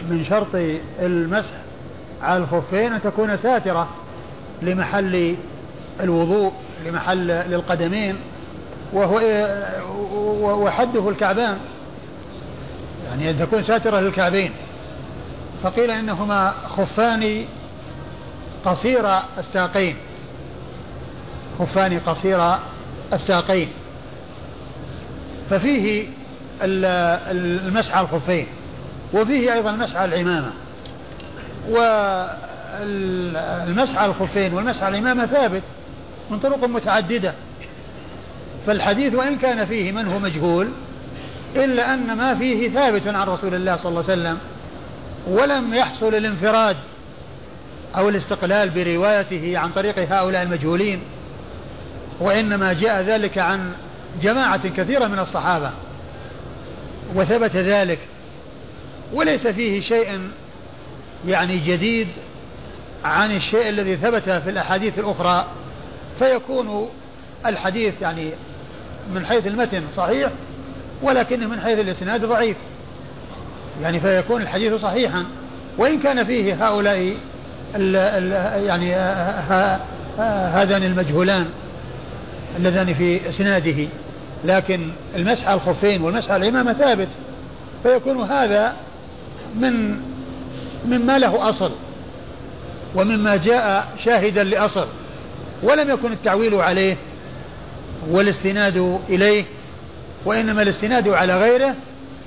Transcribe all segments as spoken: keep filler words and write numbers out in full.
من شرط المسح على الخفين أن تكون ساترة لمحل الوضوء، لمحل للقدمين، وهو وحده الكعبان، يعني أن تكون ساترة للكعبين. فقيل إنهما خفان قصير الساقين، خفان قصير الساقين، ففيه المسح على الخفين، وفيه أيضا المسح على العمامة. والمسح على الخفين والمسح على العمامة ثابت من طرق متعددة، فالحديث وإن كان فيه من هو مجهول إلا أن ما فيه ثابت عن رسول الله صلى الله عليه وسلم، ولم يحصل الانفراد أو الاستقلال بروايته عن طريق هؤلاء المجهولين، وإنما جاء ذلك عن جماعة كثيرة من الصحابة وثبت ذلك، وليس فيه شيء يعني جديد عن الشيء الذي ثبت في الأحاديث الأخرى، فيكون الحديث يعني من حيث المتن صحيح، ولكن من حيث الإسناد ضعيف، يعني فيكون الحديث صحيحا وإن كان فيه هؤلاء ال ال يعني هذان المجهولان اللذان في إسناده، لكن المسح على الخفين والمسح على العمامة ثابت، فيكون هذا من مما له أصل ومما جاء شاهدا لأصل، ولم يكن التعويل عليه والاستناد إليه، وإنما الاستناد على غيره،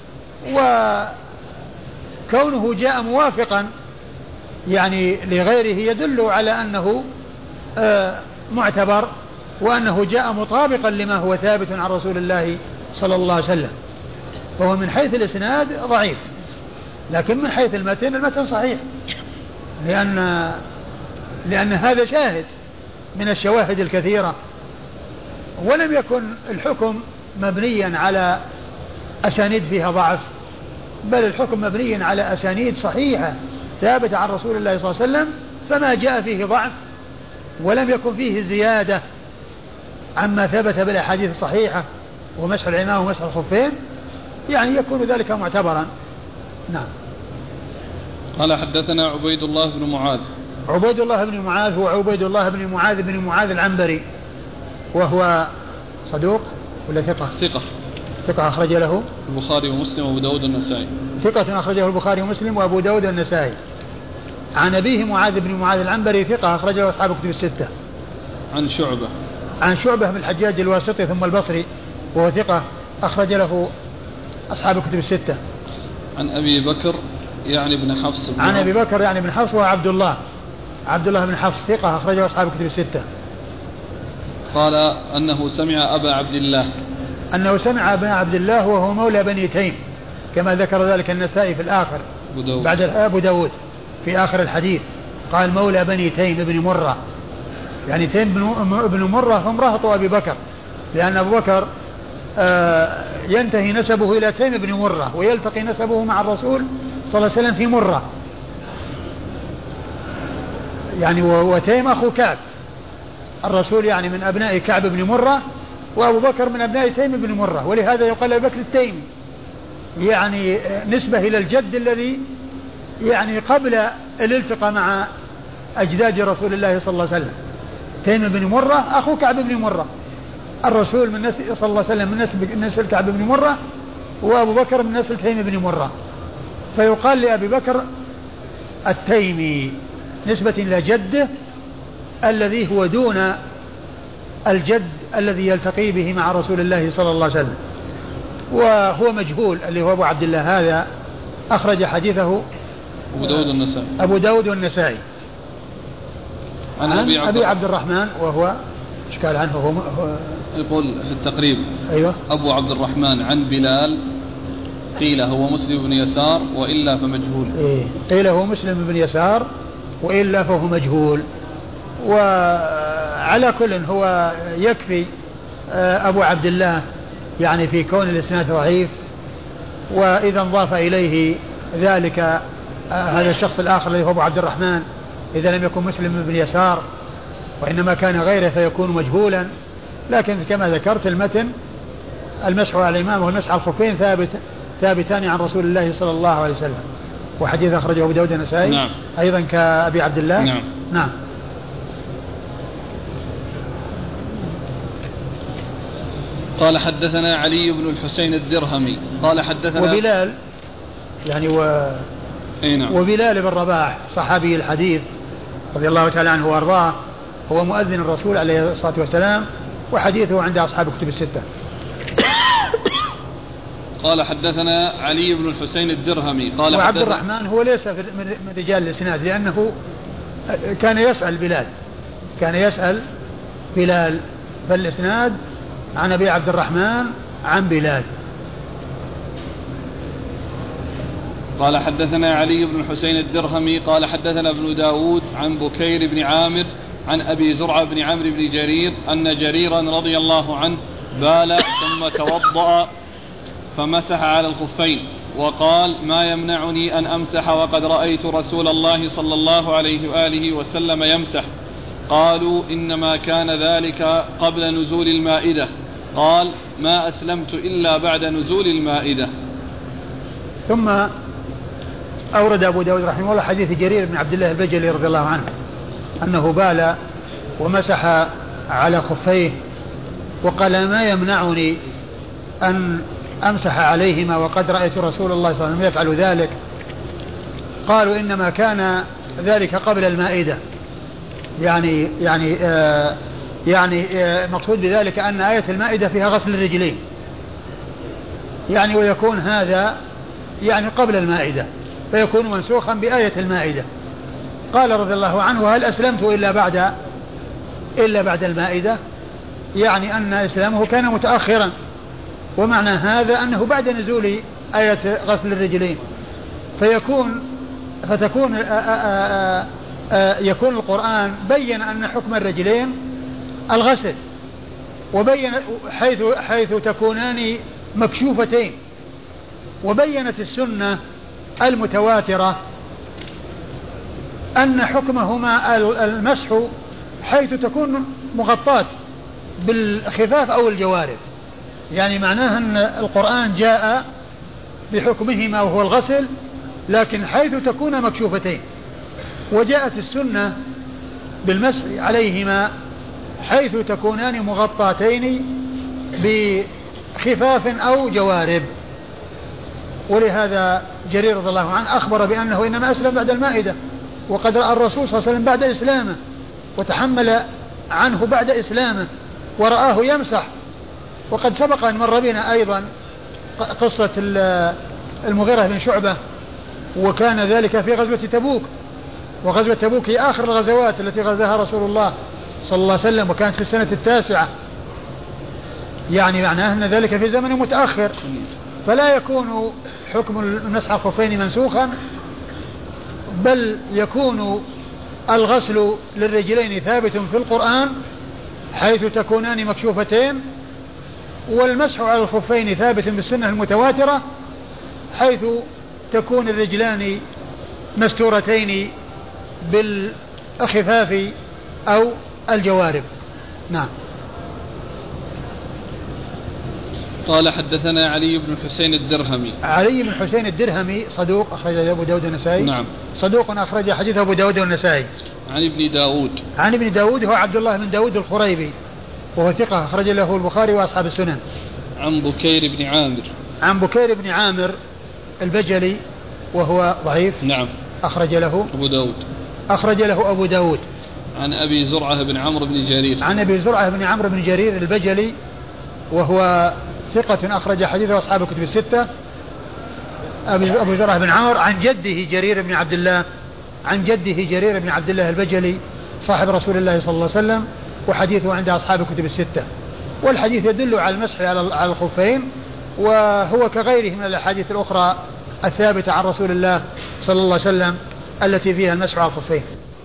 وكونه جاء موافقا يعني لغيره يدل على أنه آه معتبر، وأنه جاء مطابقا لما هو ثابت عن رسول الله صلى الله عليه وسلم، فهو من حيث الإسناد ضعيف، لكن من حيث المتن المتن صحيح، لأن لأن هذا شاهد من الشواهد الكثيرة، ولم يكن الحكم مبنيا على أسانيد فيها ضعف، بل الحكم مبني على أسانيد صحيحة ثابتة عن رسول الله صلى الله عليه وسلم، فما جاء فيه ضعف ولم يكن فيه زيادة عما ثبت بالأحاديث الصحيحة ومسح العمامة ومسح الخفين، يعني يكون ذلك معتبرا. نعم. قال حدثنا عبيد الله بن معاذ. عبيد الله بن معاذ هو عبيد الله بن معاذ بن معاذ العنبري، وهو صدوق ولا ثقة؟ ثقة. ثقة أخرج له البخاري ومسلم وأبو داود والنسائي. ثقة أخرجه البخاري ومسلم وأبو داود والنسائي. عن أبيه معاذ بن معاذ العنبري ثقة أخرجه أصحاب الكتب الستة. عن شعبة. عن شعبة بن الحجاج الواسطي ثم البصري، وهو ثقة أخرج له أصحاب الكتب الستة. عن أبي بكر يعني بن حفص. عن أبي بكر يعني بن حفص وعبد الله عبد الله بن حفص ثقة أخرجه أصحاب الكتب الستة. قال أنه سمع أبا عبد الله أنه سمع أبا عبد الله وهو مولى بني تيم، كما ذكر ذلك النسائي في الآخر بعد أبو داود في آخر الحديث، قال مولى بني تيم ابن مرة، يعني تيم ابن مرة هم رهط أبي بكر، لأن أبو بكر آه ينتهي نسبه إلى تيم ابن مرة ويلتقي نسبه مع الرسول صلى الله عليه وسلم في مرة، يعني وتيم أخو كعب، الرسول يعني من أبناء كعب بن مرة، وأبو بكر من أبناء تيم بن مرة، ولهذا يقال أبو بكر التيمي، يعني نسبة إلى الجد الذي يعني قبل الالتقاء مع أجداد رسول الله صلى الله عليه وسلم. تيم بن مرة أخو كعب بن مرة، الرسول من نسل صلى الله عليه وسلم من نسل, نسل كعب بن مرة، وأبو بكر من نسل تيم بن مرة، فيقال لأبي بكر التيمي نسبة إلى جده الذي هو دون الجد الذي يلتقي به مع رسول الله صلى الله عليه وسلم، وهو مجهول اللي هو أبو عبد الله، هذا أخرج حديثه أبو داود والنسائي. أبو داود والنسائي. عن, عن أبي, أبي عبد الرحمن وهو إشكال عنه هو, هو يقول في التقريب أيوة أبو عبد الرحمن عن بلال قيل هو مسلم بن يسار وإلا فمجهول. إيه قيل هو مسلم بن يسار وإلا فهو مجهول. وعلى كل هو يكفي أبو عبد الله يعني في كون الإسناد ضعيف، وإذا انضاف إليه ذلك هذا الشخص الآخر الذي هو أبو عبد الرحمن إذا لم يكن مسلم بن يسار وإنما كان غيره فيكون مجهولا، لكن كما ذكرت المتن المسح على الإمام والمسح على الخفين ثابت ثابتان عن رسول الله صلى الله عليه وسلم. وحديث أخرجه أبو داود النسائي نعم. أيضا كأبي عبد الله. نعم. نعم. قال حدثنا علي بن الحسين الدرهمي قال حدثنا وبلال يعني و نعم. وبلال بن رباح صحابي الحديث رضي الله تعالى عنه وارضاه، هو مؤذن الرسول عليه الصلاة والسلام، وحديثه عند أصحاب الكتب الستة. قال حدثنا علي بن الحسين الدرهمي قال وعبد الرحمن هو ليس من رجال الإسناد، لأنه كان يسأل بلال كان يسأل بلال فالإسناد عن أبي عبد الرحمن عن بلال. قال حدثنا علي بن الحسين الدرهمي قال حدثنا ابن داود عن بكير بن عامر عن أبي زرعة بن عمرو بن جرير أن جريرا رضي الله عنه بال ثم توضأ فمسح على الخفين وقال ما يمنعني أن أمسح وقد رأيت رسول الله صلى الله عليه وآله وسلم يمسح. قالوا إنما كان ذلك قبل نزول المائدة. قال ما أسلمت إلا بعد نزول المائدة. ثم أورد أبو داود رحمه الله حديث جرير بن عبد الله البجلي رضي الله عنه أنه بال ومسح على خفيه وقال ما يمنعني أن أمسح عليهما وقد رأيت رسول الله صلى الله عليه وسلم يفعل ذلك. قالوا إنما كان ذلك قبل المائدة، يعني يعني آه يعني آه مقصود بذلك أن آية المائدة فيها غسل الرجلين، يعني ويكون هذا يعني قبل المائدة فيكون منسوخا بآية المائدة. قال رضي الله عنه هل أسلمت إلا بعد إلا بعد المائدة، يعني أن إسلامه كان متأخرا، ومعنى هذا أنه بعد نزول آية غسل الرجلين فيكون فتكون آآ آآ آآ يكون القرآن بين أن حكم الرجلين الغسل، وبين حيث حيث تكونان مكشوفتين، وبينت السنة المتواترة أن حكمهما المسح حيث تكون مغطاة بالخفاف أو الجوارب، يعني معناها أن القرآن جاء بحكمهما وهو الغسل لكن حيث تكون مكشوفتين، وجاءت السنة بالمسح عليهما حيث تكونان مغطاتين بخفاف أو جوارب. ولهذا جرير رضي الله عنه أخبر بأنه إنما أسلم بعد المائدة، وقد رأى الرسول صلى الله عليه وسلم بعد إسلامه وتحمل عنه بعد إسلامه ورآه يمسح. وقد سبق أن مر بنا أيضا قصة المغيرة بن شعبة، وكان ذلك في غزوة تبوك، وغزوة تبوك هي آخر الغزوات التي غزاها رسول الله صلى الله عليه وسلم، وكانت في السنة التاسعة، يعني معناه أن ذلك في زمن متأخر، فلا يكون حكم المسح على الخفين منسوخا، بل يكون الغسل للرجلين ثابت في القرآن حيث تكونان مكشوفتين، والمسح على الخفين ثابت بالسنة المتواترة حيث تكون الرجلان مستورتين بالخفاف أو الجوارب. نعم. قال حدثنا علي بن الحسين الدرهمي. علي بن الحسين الدرهمي صدوق أخرج أبو داود النسائي. نعم. صدوق أخرج حديث أبو داود النسائي. عن ابن داود. عن ابن داود هو عبد الله بن داود الخريبي وهو ثقة أخرج له البخاري وأصحاب السنن. عن بكير بن عامر. عن بكير بن عامر البجلي وهو ضعيف. نعم. أخرج له أبو داود. أخرج له أبو داود. عن أبي زرعة بن عمرو بن جرير. عن أبي زرعة بن عمرو بن جرير البجلي وهو ثقة أخرج حديثه أصحاب الكتب الستة. أبي أبو زرعة بن عمرو عن جده جرير بن عبد الله عن جده جرير بن عبد الله البجلي صاحب رسول الله صلى الله عليه وسلم، وحديثه عند أصحاب الكتب الستة. والحديث يدل على المسح على الخفين، وهو كغيره من الأحاديث الأخرى الثابتة عن رسول الله صلى الله عليه وسلم التي فيها المسح على الخفين.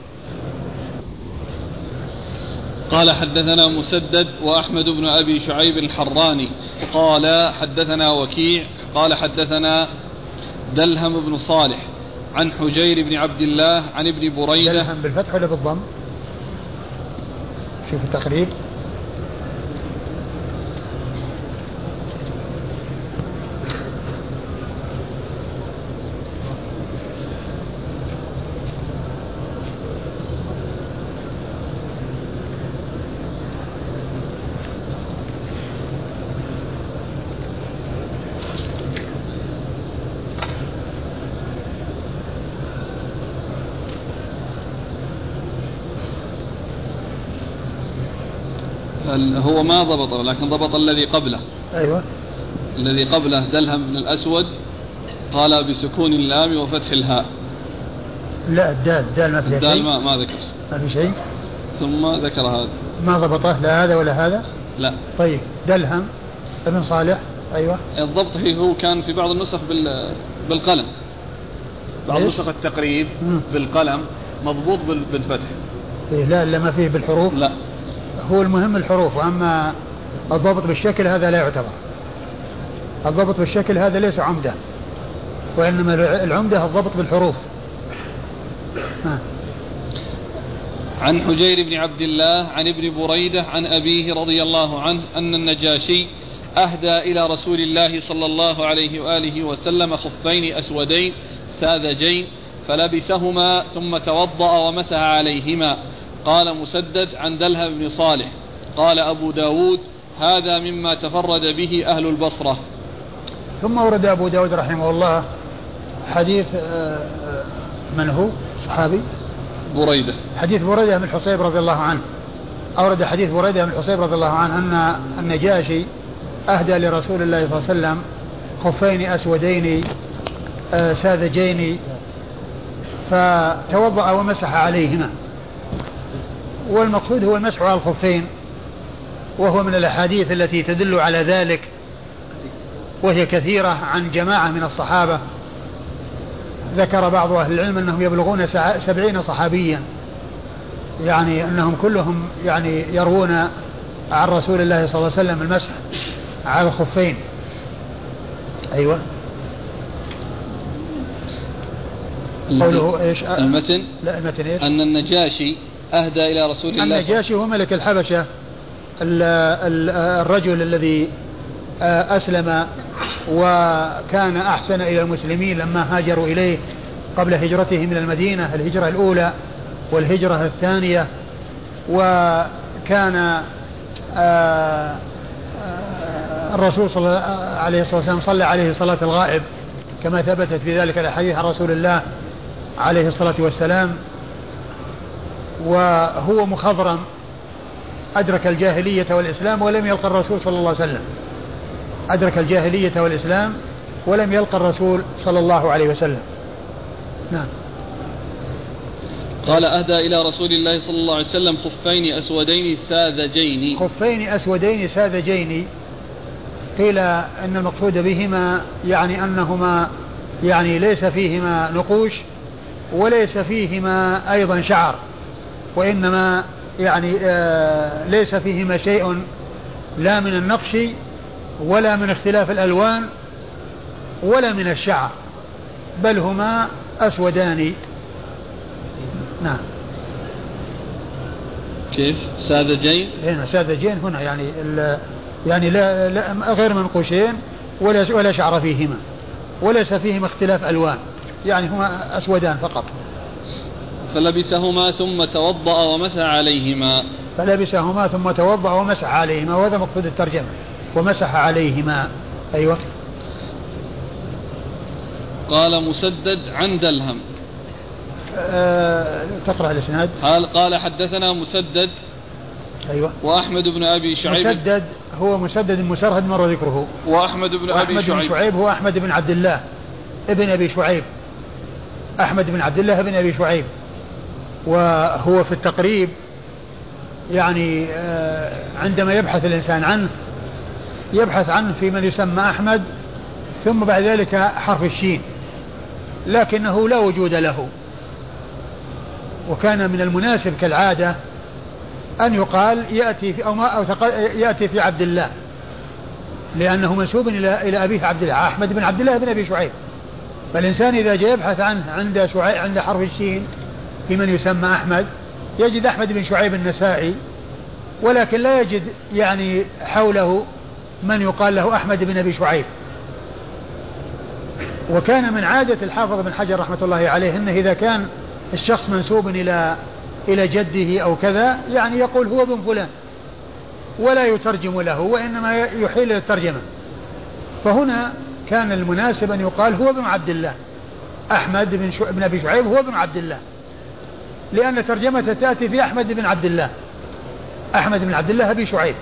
قال حدثنا مسدد وأحمد بن أبي شعيب الحراني قال حدثنا وكيع قال حدثنا دلهم بن صالح عن حجير بن عبد الله عن ابن بريدة. دلهم بالفتح ولا بالضم؟ شوف التقريب. هو ما ضبطه لكن ضبط الذي قبله. أيوة. الذي قبله دلهم بن الأسود قال بسكون اللام وفتح الهاء. لا الدال الدال ما فيها شيء. الدال ما, ما ذكر ما في شيء. ثم ذكر هذا ما ضبطه لا هذا ولا هذا. لا. طيب دلهم ابن صالح. أيوة. الضبط هو كان في بعض النسخ بالقلم، بعض نسخ التقريب مم. بالقلم مضبوط بالفتح. إيه لا لا ما فيه بالحروف. لا هو المهم الحروف، وأما الضبط بالشكل هذا لا يعتبر. الضبط بالشكل هذا ليس عمدة، وإنما العمدة الضبط بالحروف. ها. عن حجير بن عبد الله عن ابن بريدة عن أبيه رضي الله عنه أن النجاشي أهدى إلى رسول الله صلى الله عليه وآله وسلم خفين أسودين ساذجين فلبسهما ثم توضأ ومسح عليهما. قال مسدد عن دلهم بن صالح قال أبو داود هذا مما تفرد به أهل البصرة. ثم ورد أبو داود رحمه الله حديث من هو صحابي بريدة، حديث بريدة بن الحصيب رضي الله عنه. أورد حديث بريدة بن الحصيب رضي الله عنه أن النجاشي أهدى لرسول الله صلى الله عليه وسلم خفين أسودين ساذجين فتوضأ ومسح عليهما. والمقصود هو المسح على الخفين، وهو من الأحاديث التي تدل على ذلك، وهي كثيرة عن جماعة من الصحابة. ذكر بعض أهل العلم أنهم يبلغون سبعين صحابيا، يعني أنهم كلهم يعني يروون عن رسول الله صلى الله عليه وسلم المسح على الخفين. أيوة. قوله إيش المتن؟ لا المتن إيش؟ أن النجاشي أهدى إلى رسول الله. النجاشي هو ملك الحبشة، الرجل الذي أسلم وكان أحسن إلى المسلمين لما هاجروا إليه قبل هجرته من المدينة، الهجرة الأولى والهجرة الثانية. وكان الرسول صلى الله عليه وسلم صلى عليه صلاة الغائب كما ثبتت في ذلك الحديث عن رسول الله عليه الصلاة والسلام. وهو مخضرم أدرك الجاهلية والإسلام ولم يلقى الرسول صلى الله عليه وسلم، أدرك الجاهلية والإسلام ولم يلقى الرسول صلى الله عليه وسلم. نعم. قال أهدى إلى رسول الله صلى الله عليه وسلم خفين أسودين ساذجين. خفين أسودين ساذجين، قيل أن المقصود بهما يعني أنهما يعني ليس فيهما نقوش وليس فيهما أيضا شعر، وإنما يعني آه ليس فيهما شيء لا من النقش ولا من اختلاف الألوان ولا من الشعر، بل هما أسودان. نعم. كيف ساذجين؟ هنا ساذجين هنا يعني يعني لا, لا غير منقوشين ولا ولا شعر فيهما وليس فيهما اختلاف ألوان، يعني هما أسودان فقط. فلبسهما ثم توضأ ومسح عليهما. فلبسهما ثم توضأ ومسح عليهما، وهذا مقصود الترجمة، ومسح عليهما. أيوة. قال مسدد عن دلهم. أه تقرأ الإسناد. قال قال حدثنا مسدد. أيوة. وأحمد بن أبي شعيب. مسدد هو مسدد مسرهد مر ذكره. وأحمد بن أبي شعيب. شعيب هو أحمد بن عبد الله ابن أبي شعيب، أحمد بن عبد الله ابن أبي شعيب، وهو في التقريب يعني عندما يبحث الإنسان عنه يبحث عنه في من يسمى أحمد ثم بعد ذلك حرف الشين، لكنه لا وجود له. وكان من المناسب كالعادة أن يقال يأتي في أو ما أو يأتي في عبد الله، لأنه منسوب إلى إلى أبيه عبد الله، أحمد بن عبد الله بن أبي شعيب. فالإنسان إذا جاء يبحث عنه عند شعيب عند حرف الشين في من يسمى أحمد يجد أحمد بن شعيب النسائي، ولكن لا يجد يعني حوله من يقال له أحمد بن أبي شعيب. وكان من عادة الحافظ بن حجر رحمة الله عليه أنه إذا كان الشخص منسوب إلى إلى جده أو كذا يعني يقول هو بن فلان ولا يترجم له، وإنما يحيل للترجمة. فهنا كان المناسب أن يقال هو بن عبد الله، أحمد بن, شو... بن أبي شعيب هو بن عبد الله، لأن ترجمته تأتي في أحمد بن عبد الله. أحمد بن عبد الله أبي شعيب،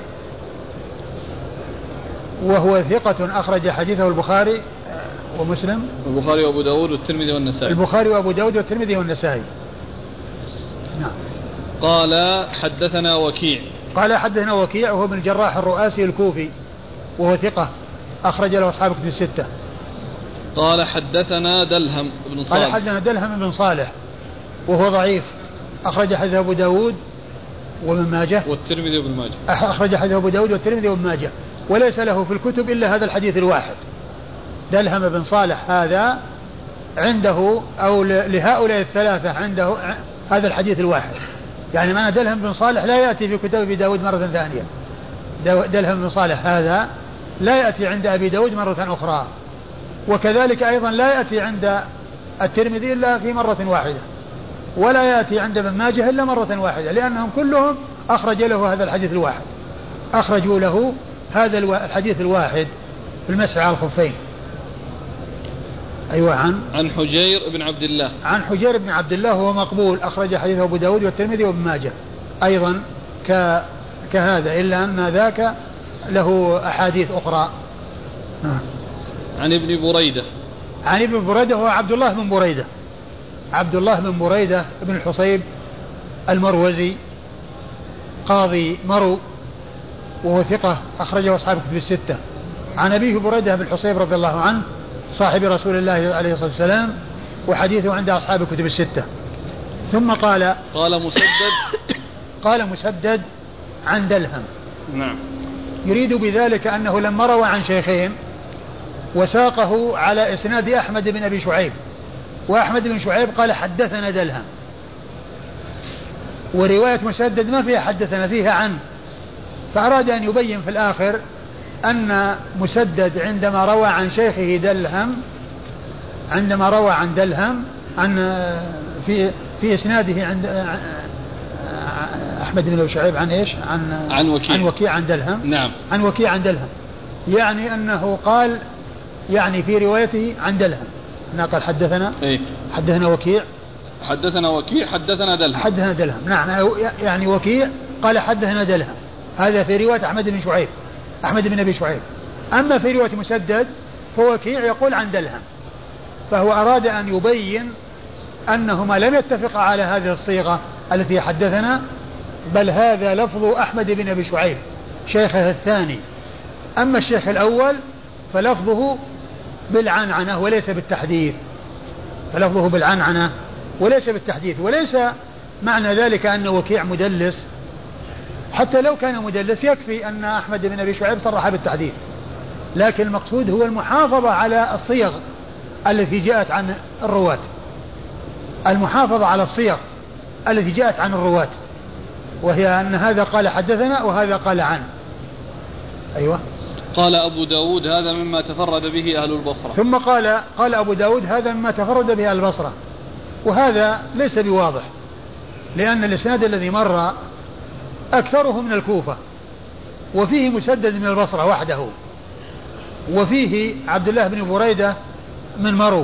وهو ثقة أخرج حديثه البخاري ومسلم، البخاري وأبو داود والترمذي والنسائي، البخاري وأبو داود والترمذي والنسائي. نعم. قال حدثنا وكيع، قال حدثنا وكيع وهو ابن الجراح الرؤاسي الكوفي وهو ثقة أخرج له أصحاب كتب الستة. قال حدثنا دلهم بن صالح، قال حدثنا دلهم بن صالح وهو ضعيف أخرج حديث أبو داود وابن ماجه والترمذي وابن ماجه، أخرج حديث أبو داود والترمذي وابن ماجه، وليس له في الكتب إلا هذا الحديث الواحد. دلهم بن صالح هذا عنده أو لهؤلاء الثلاثة عنده هذا الحديث الواحد، يعني معنى دلهم بن صالح لا يأتي في كتاب أبي داود مرة ثانية. دلهم بن صالح هذا لا يأتي عند أبي داود مرة أخرى، وكذلك أيضا لا يأتي عند الترمذي إلا في مرة واحدة، ولا يأتي عند ابن ماجه إلا مرة واحدة، لأنهم كلهم أخرج له هذا الحديث الواحد، أخرجوا له هذا الحديث الواحد في المسح على الخفين. أيوة. عن عن حجير بن عبد الله، عن حجير بن عبد الله وهو مقبول أخرج حديثه أبو داود والترمذي وابن ماجه أيضا ك... كهذا، إلا أن ذاك له أحاديث أخرى. عن ابن بريدة، عن ابن بريدة هو عبد الله بن بريدة، عبد الله بن بريدة بن الحصيب المروزي قاضي مرو وهو ثقة أخرجه أصحاب كتب الستة. عن أبيه بريدة بن الحصيب رضي الله عنه صاحب رسول الله عليه الصلاة والسلام، وحديثه عند أصحاب كتب الستة. ثم قال قال مسدد قال مسدد عن دلهم. نعم. يريد بذلك أنه لما روى عن شيخين وساقه على إسناد أحمد بن أبي شعيب، وأحمد بن شعيب قال حدثنا دلهم، ورواية مسدد ما فيها حدثنا، فيها عن، فأراد أن يبين في الآخر أن مسدد عندما روى عن شيخه دلهم، عندما روى عن دلهم عن في في إسناده عند أحمد بن أبي شعيب عن إيش؟ عن عن وكيع عن وكيع عن دلهم. نعم. عن وكيع عن دلهم، يعني أنه قال يعني في روايته عن دلهم أنه قال حدثنا إيه؟ حدثنا وكيع حدثنا وكيع حدثنا دلهم حدثنا دلهم. نعم، يعني وكيع قال حدثنا دلهم، هذا في رواية أحمد بن شعيب أحمد بن أبي شعيب. أما في رواية مسدد فوكيع يقول عن دلهم، فهو أراد أن يبين أنهما لم يتفقا على هذه الصيغة التي حدثنا، بل هذا لفظ أحمد بن أبي شعيب شيخه الثاني. أما الشيخ الأول فلفظه بالعنعنة وليس بالتحديث، فلفظه بالعنعنة وليس بالتحديث، وليس معنى ذلك أن وكيع مدلس، حتى لو كان مدلس يكفي أن أحمد بن أبي شعيب صرح بالتحديث، لكن المقصود هو المحافظة على الصيغ التي جاءت عن الرواة، المحافظة على الصيغ التي جاءت عن الرواة، وهي أن هذا قال حدثنا وهذا قال عن. أيوة. قال أبو داود هذا مما تفرد به أهل البصرة. ثم قال قال أبو داود هذا مما تفرد به أهل البصرة، وهذا ليس بواضح، لأن الإسناد الذي مر أكثره من الكوفة، وفيه مسدد من البصرة وحده، وفيه عبد الله بن بريدة من مرو،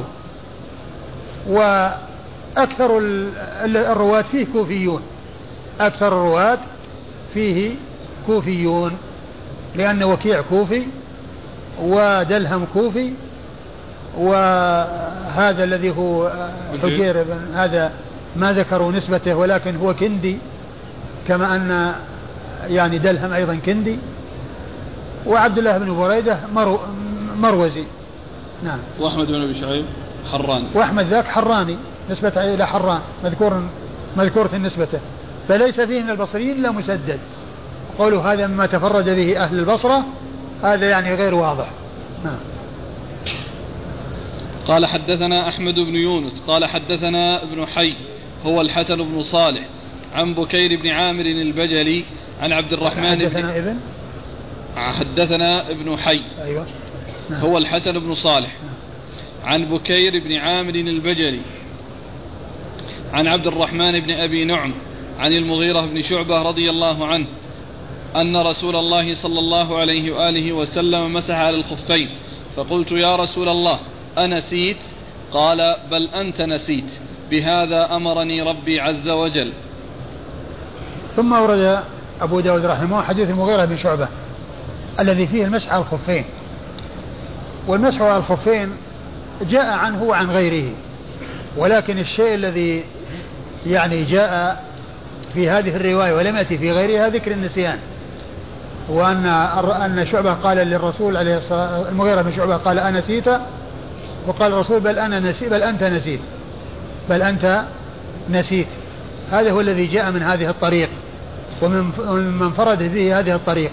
وأكثر الرواة فيه كوفيون، أكثر الرواة فيه كوفيون، لأن وكيع كوفي ودلهم كوفي، وهذا الذي هو حجير بن هذا ما ذكروا نسبته، ولكن هو كندي، كما أن يعني دلهم أيضا كندي، وعبد الله بن بريدة مرو مروزي. نعم. وأحمد بن أبي شعيب حراني، وأحمد ذاك حراني نسبة إلى حران، مذكور مذكورة نسبته، فليس فيه من البصريين إلا مسدد. قولوا هذا مما تفرد به أهل البصرة هذا يعني غير واضح. نعم. قال حدثنا أحمد بن يونس قال حدثنا ابن حي هو الحسن بن صالح عن بكير بن عامر البجلي عن عبد الرحمن حدثنا بن ابن حدثنا ابن حي. أيوة. نعم. هو الحسن بن صالح. نعم. عن بكير بن عامر البجلي عن عبد الرحمن بن أبي نعم عن المغيرة بن شعبة رضي الله عنه أن رسول الله صلى الله عليه وآله وسلم مسح على الخفين، فقلت يا رسول الله أنسيت؟ قال بل أنت نسيت، بهذا أمرني ربي عز وجل. ثم ورد أبو داود رحمه حديث المغيرة بن شعبة الذي فيه المسح على الخفين. والمسح على الخفين جاء عنه وعن غيره، ولكن الشيء الذي يعني جاء في هذه الرواية ولم يأتي في غيرها ذكر النسيان، وأن أن شعبة قال للرسول عليه الصلاة المغيرة بن شعبة قال أنسيت، وقال الرسول بل أنا نسيت بل أنت نسيت بل أنت نسيت. هذا هو الذي جاء من هذه الطريق، ومن انفرد به هذه الطريق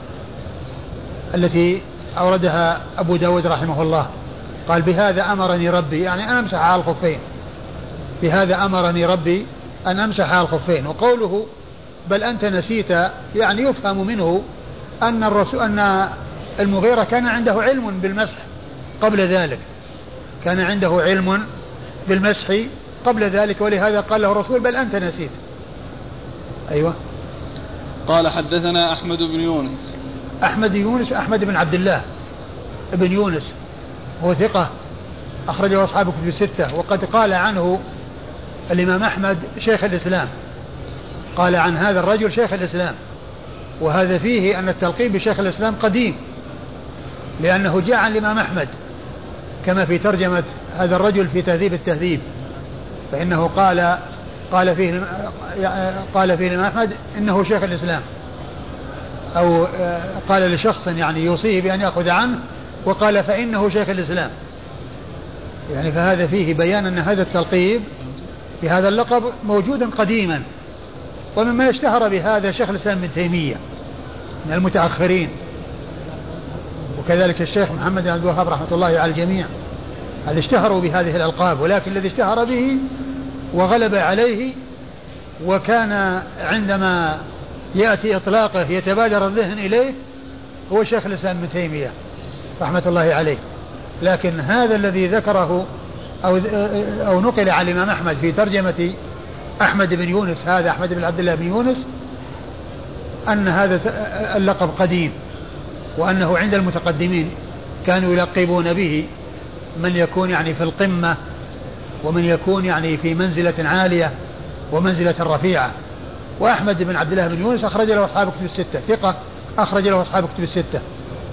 التي أوردها أبو داود رحمه الله. قال بهذا أمرني ربي، يعني أن أمسح على الخفين، بهذا أمرني ربي أن أمسح على الخفين. وقوله بل أنت نسيت يعني يفهم منه أن الرسول أن المغيرة كان عنده علم بالمسح قبل ذلك، كان عنده علم بالمسح قبل ذلك، ولهذا قال له الرسول بل أنت نسيت. أيوة. قال حدثنا أحمد بن يونس. أحمد يونس أحمد بن عبد الله بن يونس هو ثقة أخرجه أصحاب الكتب الستة، وقد قال عنه الإمام أحمد شيخ الإسلام، قال عن هذا الرجل شيخ الإسلام، وهذا فيه أن التلقيب بشيخ الإسلام قديم، لأنه جاء عن الإمام أحمد كما في ترجمة هذا الرجل في تهذيب التهذيب، فإنه قال قال فيه قال فيه الإمام أحمد إنه شيخ الإسلام، أو قال لشخص يعني يوصيه بأن يأخذ عنه وقال فإنه شيخ الإسلام، يعني فهذا فيه بيان أن هذا التلقيب بهذا اللقب موجودا قديما. وممن اشتهر بهذا شيخ الإسلام ابن تيمية من المتأخرين، وكذلك الشيخ محمد بن عبد الوهاب رحمة الله على الجميع، هذا اشتهروا بهذه الألقاب، ولكن الذي اشتهر به وغلب عليه وكان عندما يأتي إطلاقه يتبادر الذهن إليه هو شيخ الإسلام ابن تيمية رحمة الله عليه. لكن هذا الذي ذكره أو, أو نقل عن الإمام أحمد في ترجمة أحمد بن يونس، هذا أحمد بن عبد الله بن يونس، أن هذا اللقب قديم، وأنه عند المتقدمين كانوا يلقبون به من يكون يعني في القمة، ومن يكون يعني في منزلة عالية ومنزلة رفيعة. وأحمد بن عبد الله بن يونس أخرج له أصحاب كتب الستة، ثقة أخرج له أصحاب كتب الستة.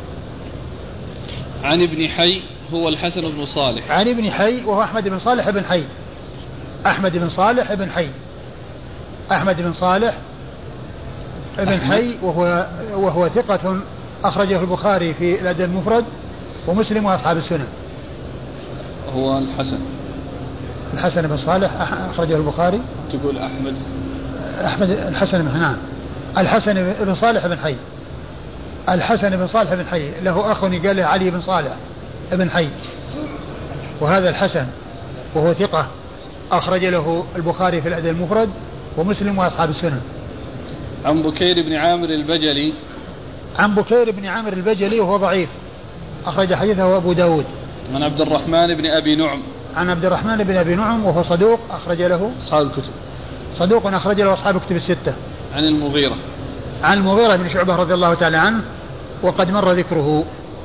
عن ابن حي هو الحسن بن صالح. عن ابن حي وهو أحمد بن صالح بن حي، أحمد بن صالح بن حي، أحمد بن صالح بن حي، وهو وهو ثقة أخرجه البخاري في الأدب المفرد ومسلم وأصحاب السنن. هو الحسن الحسن بن صالح أخرجه البخاري. تقول أحمد أحمد الحسن بن نعم الحسن بن صالح بن حي، الحسن بن صالح بن حي له أخ قال له علي بن صالح بن حي، وهذا الحسن وهو ثقة أخرج له البخاري في الأدب المفرد ومسلم وأصحاب السنن. عن بكير بن عامر البجلي. عن بكير بن عامر البجلي وهو ضعيف أخرج حديثه أبو داود. عن عبد الرحمن بن أبي نعم. عن عبد الرحمن بن أبي نعم وهو صدوق أخرج له أصحاب الكتب، صدوق أخرج له أصحاب الكتب الستة. عن المغيرة. عن المغيرة بن شعبة رضي الله تعالى عنه وقد مر ذكره.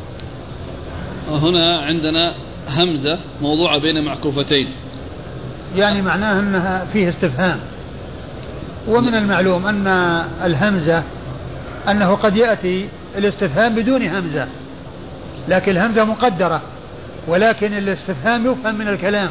هنا عندنا همزة موضوعة بين معكوفتين، يعني معناه أنها فيه استفهام. ومن المعلوم أن الهمزة أنه قد يأتي الاستفهام بدون همزة، لكن الهمزة مقدرة، ولكن الاستفهام يفهم من الكلام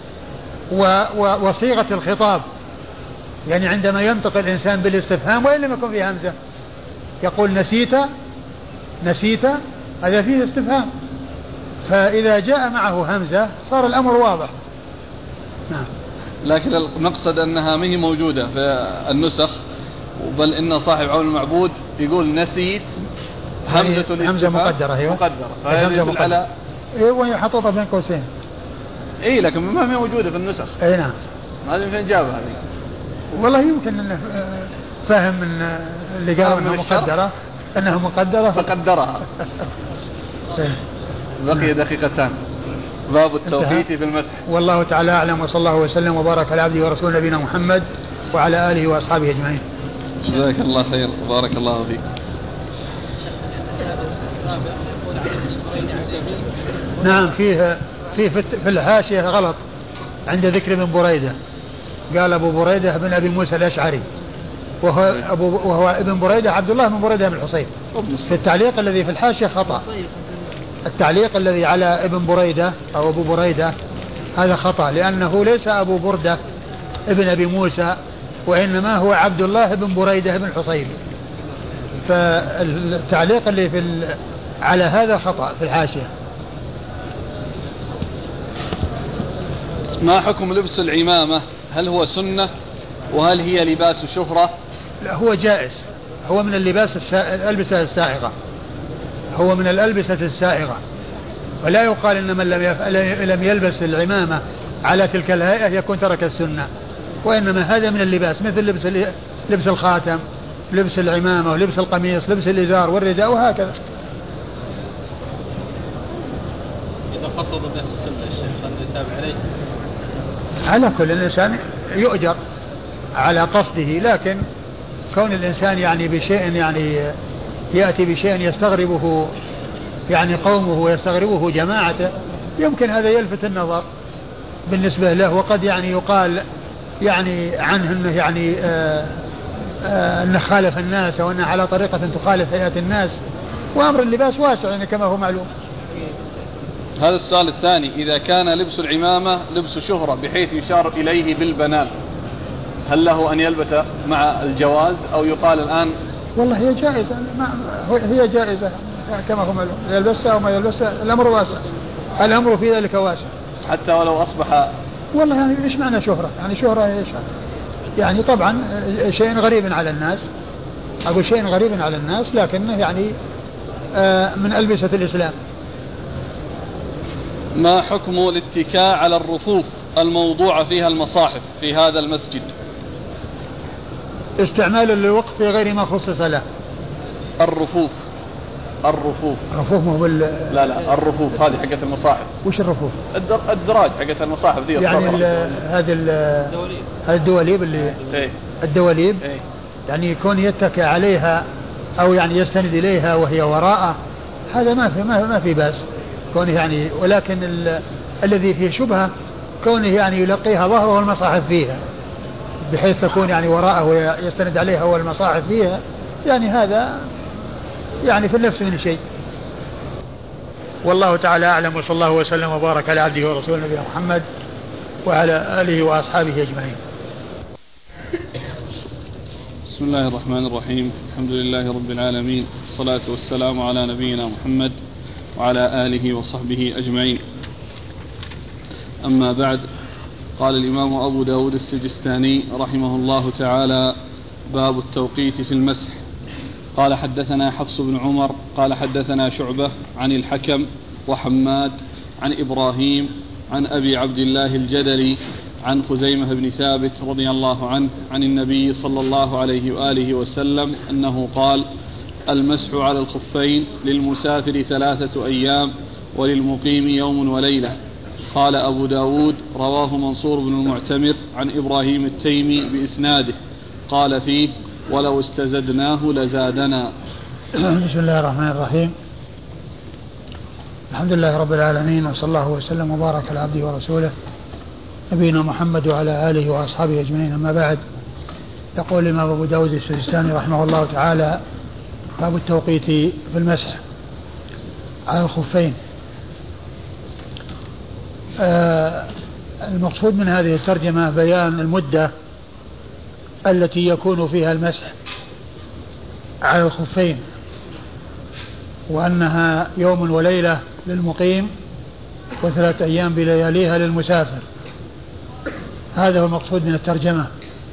وصيغة الخطاب، يعني عندما ينطق الإنسان بالاستفهام وإن لم يكن فيه همزة يقول نسيت نسيت، هذا فيه استفهام، فإذا جاء معه همزة صار الأمر واضح. نعم. لكن المقصد أنها ما هي موجودة في النسخ، بل إن صاحب عون المعبود يقول نسيت همزة همزة مقدرة هي مقدرة، فهذا يدل على إيه، وهي حطوطة بين قوسين. إيه لكن ما هي موجودة في النسخ. إيه نعم. هذه فين جابها هذه؟ والله يمكن أنه فاهم من اللي قالوا أنها مقدرة أنها مقدرة فقدرها. بقي دقيقتان. باب التوقيت في المسح. والله تعالى أعلم، وصلى الله وسلم وبارك على عبده ورسوله نبينا محمد وعلى آله وأصحابه أجمعين. جزاك الله خير وبارك الله فيك. نعم فيه فيه في الحاشية غلط عند ذكر ابن بريدة، قال أبو بريدة بن أبي موسى الأشعري، وهو, أبو وهو ابن بريدة عبد الله بن بريدة بن الحصيب. في التعليق الذي في الحاشية خطأ، التعليق الذي على ابن بريدة أو أبو بريدة هذا خطأ، لأنه ليس أبو بردة ابن أبي موسى، وإنما هو عبد الله بن بريدة بن الحصيب. فالتعليق اللي في على هذا خطأ في الحاشية. ما حكم لبس العمامة؟ هل هو سنة وهل هي لباس شهرة؟ لا، هو جائز، هو من اللباس السا... الألبسة السائغة، هو من الألبسة السائغة، ولا يقال إن من لم, يف... لم يلبس العمامة على تلك الهيئة يكون ترك السنة، وإنما هذا من اللباس، مثل لبس, ال... لبس الخاتم، لبس العمامة، ولبس القميص، لبس الإزار والرداء وهكذا. إذا قصد به السنة الشيخ أن يتابع عليه؟ على كل الإنسان يؤجر على قصده، لكن كون الإنسان يعني بشيء يعني يأتي بشيء يستغربه يعني قومه ويستغربه جماعته، يمكن هذا يلفت النظر بالنسبة له، وقد يعني يقال يعني عنه أنه يعني آآ آآ أنه خالف الناس، أو أنه على طريقة تخالف هيئة الناس، وأمر اللباس واسع يعني كما هو معلوم. هذا السؤال الثاني: إذا كان لبس العمامة لبس شهرة بحيث يشار إليه بالبنان، هل له أن يلبس مع الجواز أو يقال الآن؟ والله هي جائزة، هي جائزة كما هو معلوم، يلبسها أو ما يلبسها الأمر واسع، الأمر في ذلك واسع حتى ولو أصبح. والله يعني إيش معنى شهرة؟ يعني شهرة إيش يعني؟ طبعا شيء غريب على الناس، أقول شيء غريب على الناس، لكنه يعني من ألبسة الإسلام. ما حكم الاتكاء على الرفوف الموضوع فيها المصاحف في هذا المسجد؟ استعمال للوقت في غير ما خصص له. الرفوف الرفوف الرفوف مو بال لا لا الرفوف هذه حقت المصاحف. وش الرفوف؟ الدر... الدراج حقت المصاحف دي، يعني هذه هذه الدواليب اللي ايه؟ الدواليب ايه؟ يعني يكون يتكئ عليها أو يعني يستند إليها وهي وراءه، هذا ما في ما, ما في بأس كونه يعني، ولكن ال... الذي فيه شبهة كونه يعني يلقيها ظهره والمصاحف فيها، بحيث تكون يعني وراءه ويستند عليها والمصاحف فيها، يعني هذا يعني في النفس من شيء. والله تعالى أعلم، وصلى الله وسلم وبارك على عبده ورسوله نبينا محمد وعلى آله وأصحابه أجمعين. بسم الله الرحمن الرحيم، الحمد لله رب العالمين، الصلاة والسلام على نبينا محمد وعلى آله وصحبه أجمعين. أما بعد، قال الإمام أبو داود السجستاني رحمه الله تعالى: باب التوقيت في المسح. قال: حدثنا حفص بن عمر قال حدثنا شعبة عن الحكم وحماد عن إبراهيم عن أبي عبد الله الجدلي عن خزيمة بن ثابت رضي الله عنه عن النبي صلى الله عليه وآله وسلم أنه قال: المسح على الخفين للمسافر ثلاثة أيام وللمقيم يوم وليلة. قال أبو داود: رواه منصور بن المعتمر عن إبراهيم التيمي بإسناده، قال فيه: ولو استزدناه لزادنا. بسم الله الرحمن الرحيم، الحمد لله رب العالمين، وصلى الله وسلم وبارك على عبده ورسوله نبينا محمد وعلى آله وأصحابه أجمعين. أما بعد، يقول الإمام أبو داود السجستاني رحمه الله تعالى: باب التوقيت في المسح على الخفين. آه المقصود من هذه الترجمة بيان المدة التي يكون فيها المسح على الخفين، وأنها يوم وليلة للمقيم وثلاثة أيام بلياليها للمسافر. هذا هو المقصود من الترجمة.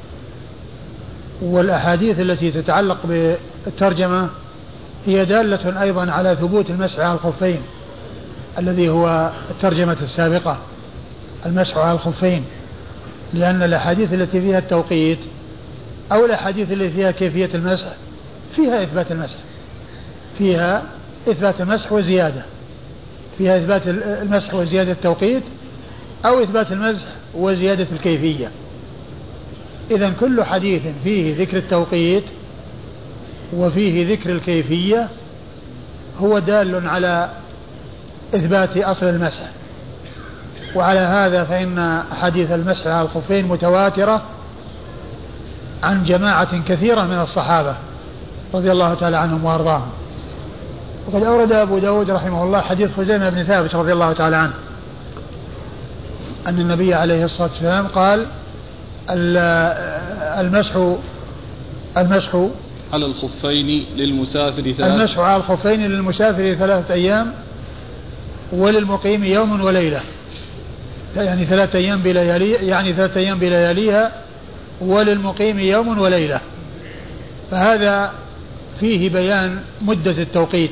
والأحاديث التي تتعلق بالترجمة هي دالة أيضا على ثبوت المسح على الخفين الذي هو الترجمة السابقة، المسح على الخفين، لأن الأحاديث التي فيها التوقيت أو الأحاديث التي فيها كيفية المسح فيها إثبات المسح، فيها إثبات المسح وزيادة، فيها إثبات المسح وزيادة التوقيت أو إثبات المسح وزيادة الكيفية. إذن كل حديث فيه ذكر التوقيت وفيه ذكر الكيفية هو دال على إثبات أصل المسح. وعلى هذا فإن حديث المسح على الخفين متواترة عن جماعة كثيرة من الصحابة رضي الله تعالى عنهم وأرضاهم. وقد أورد أبو داود رحمه الله حديث خزيمة بن ثابت رضي الله تعالى عنه أن النبي عليه الصلاة والسلام قال المسح المسح على الخفين للمسافر ثلاثة المسح على الخفين للمسافر ثلاثة أيام وللمقيم يوم وليلة، يعني ثلاثة أيام بليالي يعني ثلاثة أيام بلياليها، وللمقيم يوم وليلة. فهذا فيه بيان مدة التوقيت،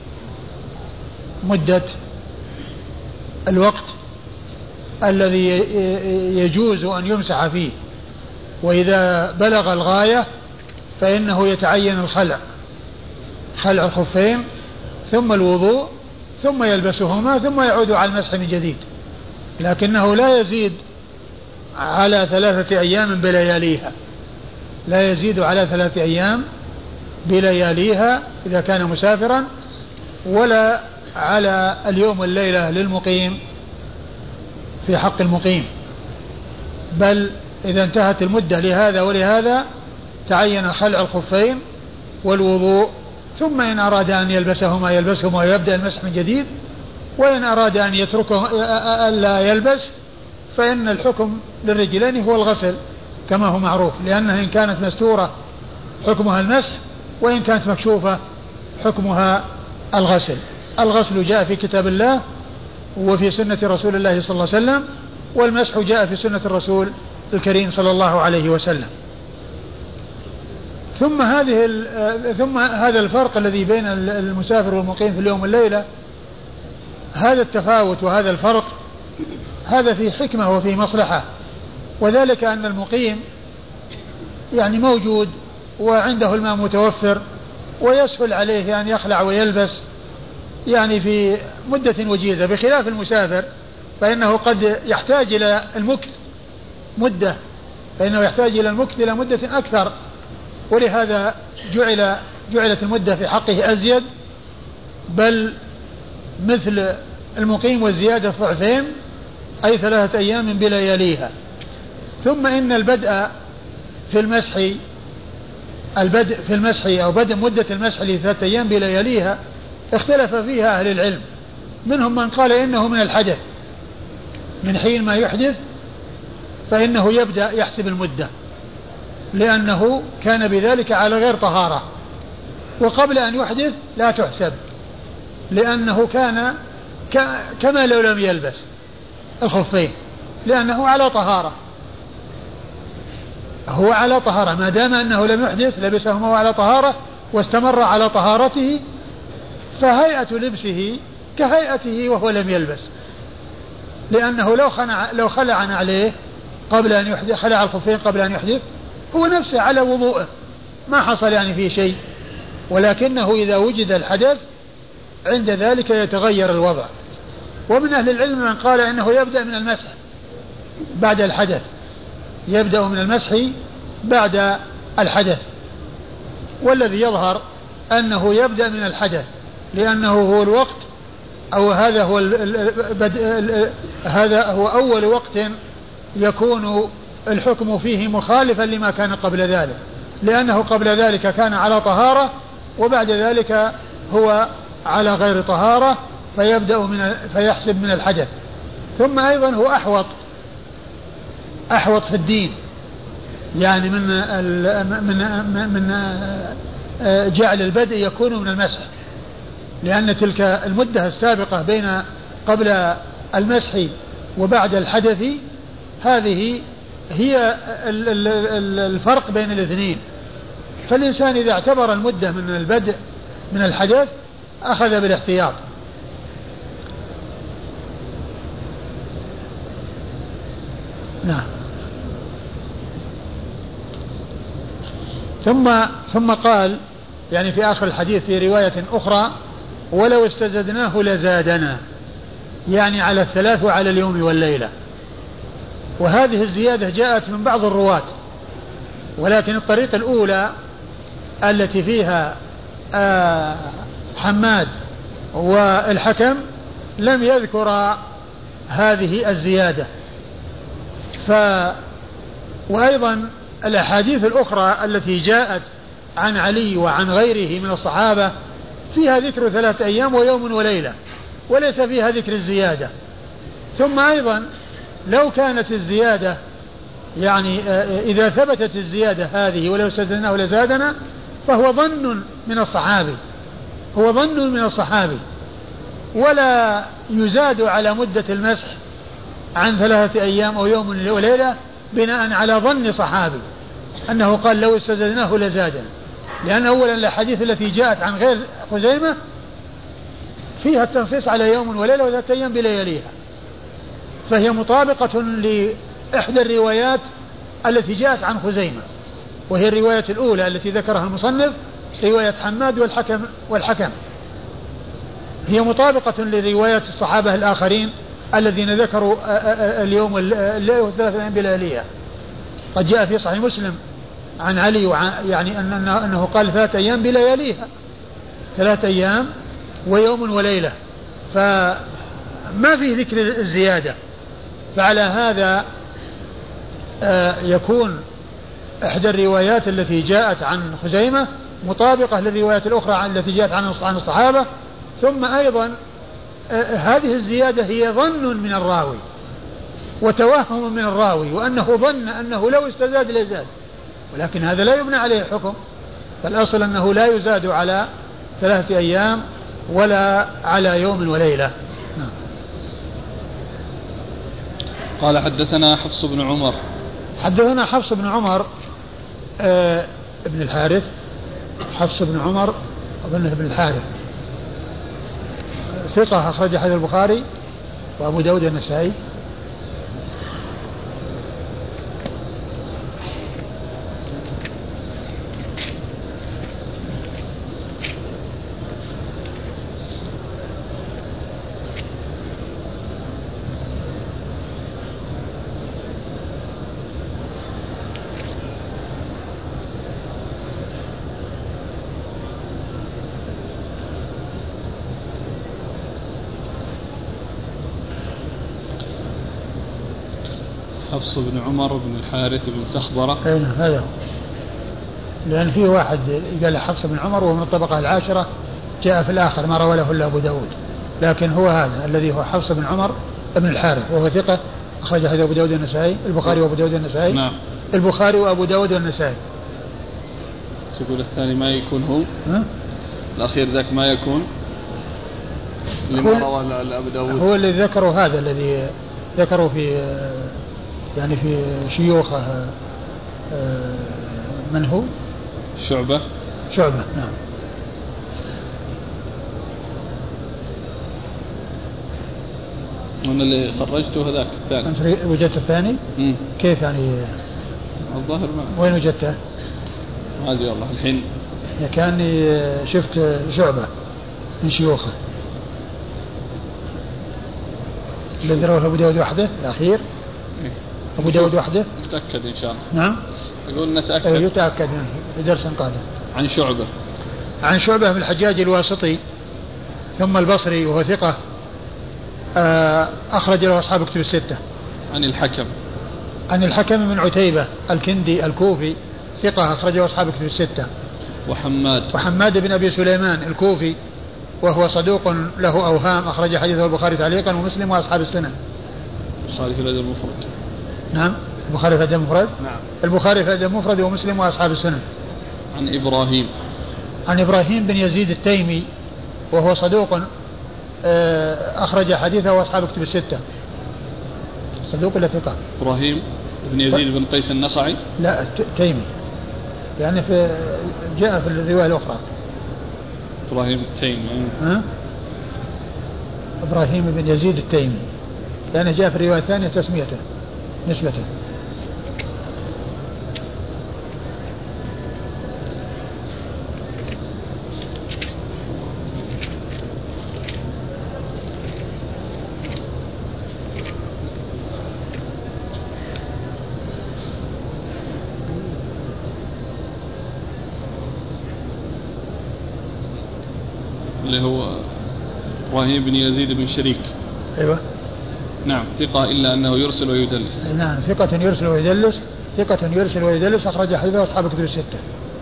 مدة الوقت الذي يجوز أن يمسح فيه، وإذا بلغ الغاية فإنه يتعين الخلع، خلع الخفين ثم الوضوء ثم يلبسهما ثم يعود على المسح من جديد، لكنه لا يزيد على ثلاثة أيام بلياليها، لا يزيد على ثلاثة أيام بلياليها إذا كان مسافرا، ولا على اليوم والليلة للمقيم في حق المقيم، بل إذا انتهت المدة لهذا ولهذا تعين خلع الخفين والوضوء، ثم إن أراد أن يلبسهما يلبسهما ويبدأ المسح من جديد، وإن أراد أن يتركه ألا يلبس فإن الحكم للرجلين هو الغسل كما هو معروف، لأنها إن كانت مستورة حكمها المسح، وإن كانت مكشوفة حكمها الغسل. الغسل جاء في كتاب الله وفي سنة رسول الله صلى الله عليه وسلم، والمسح جاء في سنة الرسول الكريم صلى الله عليه وسلم. ثم هذه ثم هذا الفرق الذي بين المسافر والمقيم في اليوم والليلة، هذا التفاوت وهذا الفرق هذا في حكمة وفي مصلحة، وذلك أن المقيم يعني موجود وعنده الماء متوفر ويسهل عليه أن يخلع ويلبس يعني في مدة وجيزة، بخلاف المسافر فإنه قد يحتاج إلى المكث مدة، فإنه يحتاج إلى المكث إلى مدة أكثر، ولهذا جعل جعلت المدة في حقه أزيد، بل مثل المقيم والزيادة ضعفين، أي ثلاثة أيام بلياليها. ثم إن البدء في المسح البدء في المسح أو بدء مدة المسح لثلاثة أيام بلياليها اختلف فيها أهل العلم، منهم من قال إنه من الحدث، من حين ما يحدث فإنه يبدأ يحسب المدة، لأنه كان بذلك على غير طهارة، وقبل أن يحدث لا تحسب، لأنه كان كما لو لم يلبس الخفين، لأنه على طهارة، هو على طهارة ما دام أنه لم يحدث لبسهما وهو على طهارة واستمر على طهارته، فهيئة لبسه كهيئته وهو لم يلبس، لأنه لو خلع لو خلع عليه قبل أن يحدث، خلع الخفين قبل أن يحدث، هو نفسه على وضوءه ما حصل يعني فيه شيء، ولكنه إذا وجد الحدث عند ذلك يتغير الوضع. ومن أهل العلم من قال إنه يبدأ من المسح بعد الحدث، يبدأ من المسح بعد الحدث، والذي يظهر أنه يبدأ من الحدث، لأنه هو الوقت أو هذا هو هذا هو أول وقت يكون الحكم فيه مخالفا لما كان قبل ذلك، لأنه قبل ذلك كان على طهارة وبعد ذلك هو على غير طهارة، فيبدأ من فيحسب من الحدث. ثم أيضا هو أحوط أحوط في الدين، يعني من من من جعل البدء يكون من المسح، لأن تلك المدة السابقة بين قبل المسح وبعد الحدث هذه هي الفرق بين الاثنين، فالإنسان إذا اعتبر المدة من البدء من الحدث أخذ بالاحتياط. نعم. ثم ثم قال يعني في آخر الحديث في رواية أخرى: ولو استزدناه لزادنا، يعني على الثلاث وعلى اليوم والليلة. وهذه الزيادة جاءت من بعض الرواة، ولكن الطريقة الأولى التي فيها آه حماد والحكم لم يذكر هذه الزيادة. ف وأيضا الأحاديث الأخرى التي جاءت عن علي وعن غيره من الصحابة فيها ذكر ثلاثة أيام ويوم وليلة وليس فيها ذكر الزيادة. ثم أيضا لو كانت الزيادة يعني إذا ثبتت الزيادة هذه ولو استدلناه لزادنا فهو ظن من الصحابي هو ظن من الصحابي ولا يزاد على مدة المسح عن ثلاثة أيام أو يوم وليلة بناء على ظن صحابي أنه قال لو استزدناه لزادنا، لأن أولا الأحاديث التي جاءت عن غير خزيمة فيها التنصيص على يوم وليلة وثلاثة أيام بلياليها، فهي مطابقة لإحدى الروايات التي جاءت عن خزيمة، وهي الرواية الأولى التي ذكرها المصنف رواية حماد والحكم والحكم هي مطابقة لروايات الصحابة الآخرين الذين ذكروا اليوم الليل والثلاثة أيام بلياليها. قد جاء في صحيح مسلم عن علي يعني أنه, أنه قال ثلاثة أيام بلياليها، ثلاثة أيام ويوم وليلة، فما فيه ذكر الزيادة. فعلى هذا يكون إحدى الروايات التي جاءت عن خزيمة مطابقة للروايات الأخرى التي جاءت عن الصحابة. ثم أيضا هذه الزيادة هي ظن من الراوي وتوهم من الراوي وأنه ظن أنه لو استزاد لزاد، ولكن هذا لا يبنى عليه الحكم، فالأصل أنه لا يزاد على ثلاثة أيام ولا على يوم وليلة. نعم. قال حدثنا حفص بن عمر حدثنا حفص بن عمر آه ابن الحارث حفص بن عمر أظنه ابن الحارث ثقة أخرج حديث البخاري وأبو داود النسائي. حفص بن عمر بن الحارث بن سخبرة. أين هذا هو. لأن فيه واحد قال حفص بن عمر ومن الطبقة العاشرة جاء في الآخر ما رواه إلا أبو داود، لكن هو هذا الذي هو حفص بن عمر بن الحارث وهو ثقة أخرج حديث أبو داود النسائي البخاري وأبو داود النسائي. نعم. البخاري وأبو داود النسائي. سيقول الثاني ما يكون هو ها؟ الأخير ذاك ما يكون اللي ما رواه أبو داود هو الذي ذكروا هذا الذي ذكروا في يعني في شيوخه من هو؟ شعبة. شعبة نعم. من اللي خرجته هذاك الثاني. أنت وجدت الثاني؟ مم. كيف يعني؟ الظاهر ما. وين وجدته؟ ما أدري والله الحين. كأني شفت شعبة من شيوخه. الذي رواه أبو داود وحده الأخير. إيه. أبو داود وحده. نتأكد إن شاء الله. نعم. يقول نتأكد. أيه يتأكد منه في درس قادم. عن شعبة. عن شعبة بن الحجاج الواسطي ثم البصري وهو ثقة أخرج له أصحاب كتب الستة. عن الحكم. عن الحكم بن عتيبة الكندي الكوفي ثقة أخرجه أصحاب كتب الستة. وحماد. وحماد بن أبي سليمان الكوفي وهو صدوق له أوهام أخرج حديثه البخاري تعليقا ومسلم وأصحاب السنن. البخاري في الأدب المفرد. نعم البخاري في الأدب المفرد. نعم. البخاري في الأدب المفرد ومسلم وأصحاب السنن. عن إبراهيم. عن إبراهيم بن يزيد التيمي وهو صدوق أخرج حديثه وأصحاب كتب الستة. صدوق ولا ثقة؟ إبراهيم بن يزيد بن قيس النخعي. لا تيمي يعني في جاء في الرواية الأخرى إبراهيم التيمي. ها؟ إبراهيم بن يزيد التيمي لأنه جاء في الرواية الثانية تسميته نسبته. اللي هو إبراهيم بن يزيد بن شريك. أيوة. نعم ثقة إلا أنه يرسل ويدلس. نعم ثقة يرسل ويدلس ثقة يرسل ويدلس أخرج حديثه أصحاب الكتب الستة.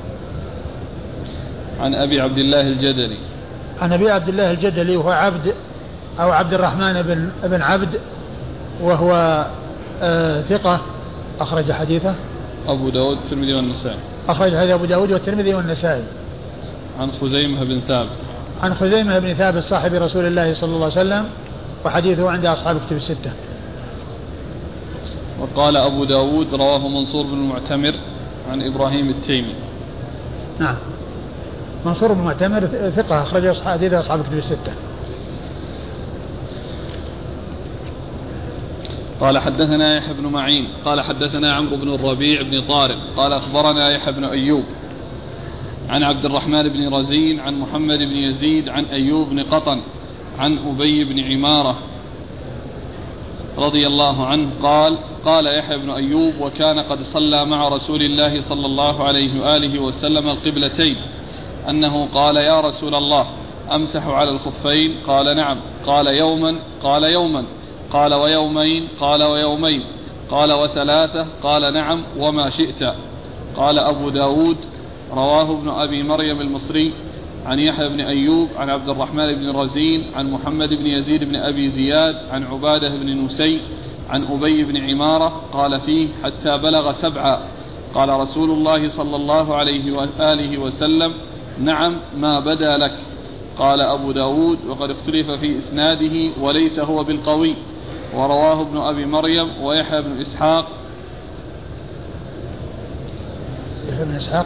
عن أبي عبد الله الجدلي. عن أبي عبد الله الجدلي وهو عبد أو عبد الرحمن بن ابن عبد وهو آه ثقة أخرج حديثه أبو داود والترمذي والنسائي. أخرج حديث أبو داود والترمذي والنسائي. عن خزيمة بن ثابت. عن خزيمة بن ثابت صاحب رسول الله صلى الله عليه وسلم وحديثه عند أصحاب الكتب الستة. وقال أبو داود رواه منصور بن المعتمر عن إبراهيم التيمي. نعم منصور بن المعتمر ثقة أخرج حديث أصحاب الكتب الستة. قال حدثنا يحيى بن معين قال حدثنا عمرو بن الربيع بن طارق قال أخبرنا يحيى بن أيوب عن عبد الرحمن بن رزين عن محمد بن يزيد عن أيوب بن قطن عن أبي بن عمارة رضي الله عنه قال قال يحيى بن أيوب وكان قد صلى مع رسول الله صلى الله عليه وآله وسلم القبلتين أنه قال يا رسول الله أمسح على الخفين قال نعم قال يوما قال يوما قال ويومين قال ويومين قال وثلاثة قال نعم وما شئت. قال أبو داود رواه ابن أبي مريم المصري عن يحيى بن أيوب عن عبد الرحمن بن رزين عن محمد بن يزيد بن أبي زياد عن عبادة بن نسي عن أبي بن عمارة قال فيه حتى بلغ سبعا قال رسول الله صلى الله عليه وآله وسلم نعم ما بدا لك. قال أبو داود وقد اختلف في إسناده وليس هو بالقوي ورواه ابن أبي مريم ويحيى بن إسحاق يحيى بن إسحاق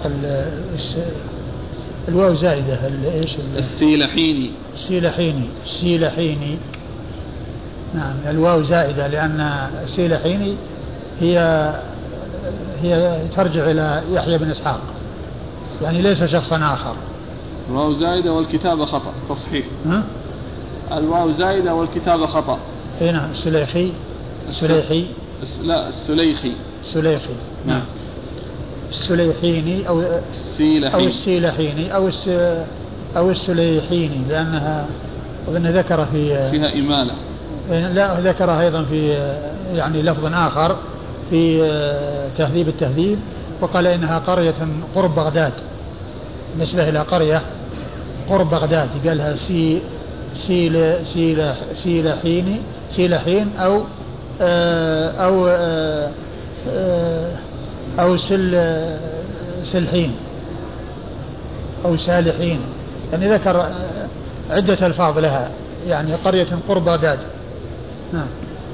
الواو زائدة ايش السيلحيني السيلحيني السيلحيني نعم الواو زائدة لأن السيلحيني هي هي ترجع إلى يحيى بن إسحاق يعني ليس شخصا آخر. الواو زائدة والكتابة خطأ تصحيح. ها؟ الواو زائدة والكتابة خطأ. اي نعم السليحي السليحي لا السليخي السليخي نعم السليحيني أو السيلحيني أو السيلحيني أو الس أو السليحيني لأنها أظن ذكر في فيها إمالة. لا ذكرها أيضا في يعني لفظ آخر في تهذيب التهذيب وقال إنها قرية قرب بغداد نسبة إلى قرية قرب بغداد قالها سي سيل سيل سيلحيني سيلحين أو أو أو سل سلحين أو سالحين يعني ذكر عدة ألفاظ لها يعني قرية قرب بغداد. نعم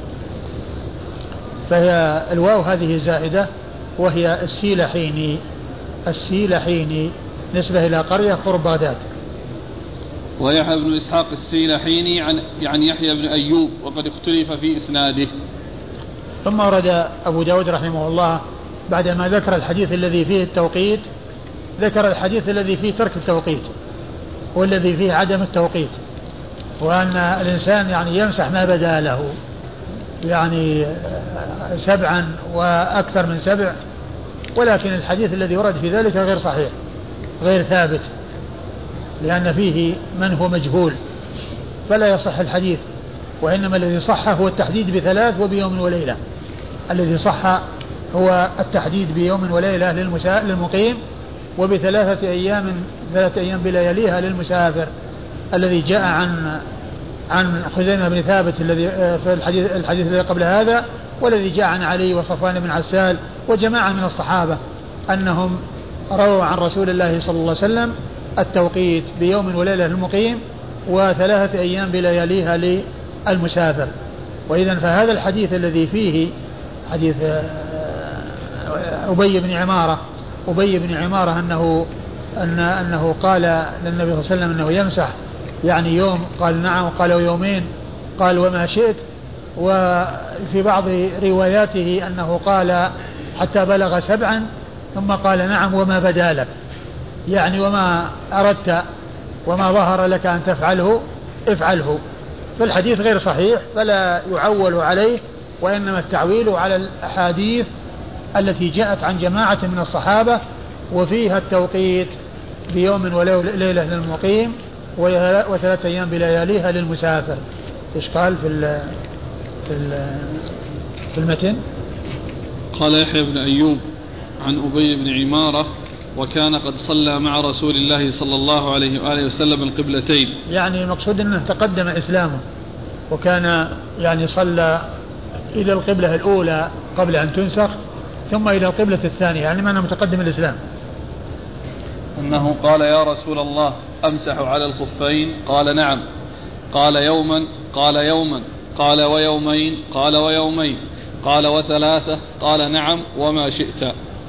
فهي الواو هذه زائدة وهي السيلحيني السيلحيني نسبة إلى قرية قرب بغداد. ويحيى بن إسحاق السيلحيني عن يعني يحيى بن أيوب وقد اختلف في إسناده. ثم ورد أبو داود رحمه الله بعدما ذكر الحديث الذي فيه التوقيت ذكر الحديث الذي فيه ترك التوقيت والذي فيه عدم التوقيت وأن الإنسان يعني يمسح ما بدا له يعني سبعا وأكثر من سبع ولكن الحديث الذي ورد في ذلك غير صحيح غير ثابت لأن فيه من هو مجهول فلا يصح الحديث وإنما الذي صح هو التحديد بثلاث وبيوم وليلة. الذي صح هو التحديد بيوم وليلة للمقيم وبثلاثة أيام ثلاثة أيام بلياليها للمسافر الذي جاء عن عن خزيمة بن ثابت الذي في الحديث الحديث الذي قبل هذا والذي جاء عن علي وصفوان بن عسال وجماعة من الصحابة أنهم رووا عن رسول الله صلى الله عليه وسلم التوقيت بيوم وليلة للمقيم وثلاثة أيام بلياليها للمسافر. وإذن فهذا الحديث الذي فيه حديث أبي بن عمارة أبي بن عمارة أنه أن أنه قال للنبي صلى الله عليه وسلم أنه يمسح يعني يوم قال نعم قال يومين قال وما شئت وفي بعض رواياته أنه قال حتى بلغ سبعا ثم قال نعم وما بدا لك يعني وما أردت وما ظهر لك أن تفعله افعله. فالحديث غير صحيح فلا يعول عليه وإنما التعويل على الأحاديث التي جاءت عن جماعة من الصحابة وفيها التوقيت بيوم وليلة للمقيم وثلاثة أيام بلياليها للمسافر. إيش قال في ال في ال في المتن؟ قال يحيى بن أيوب عن أبي بن عمارة وكان قد صلى مع رسول الله صلى الله عليه وآله وسلم القبلتين. يعني المقصود أنه تقدم إسلامه وكان يعني صلى إلى القبلة الأولى قبل أن تنسخ ثم إلى القبلة الثانية، يعني معنى متقدم الإسلام. أنه قال يا رسول الله أمسح على الخفين؟ قال نعم. قال يوما؟ قال يوما. قال ويومين؟ قال ويومين. قال وثلاثة؟ قال نعم وما شئت.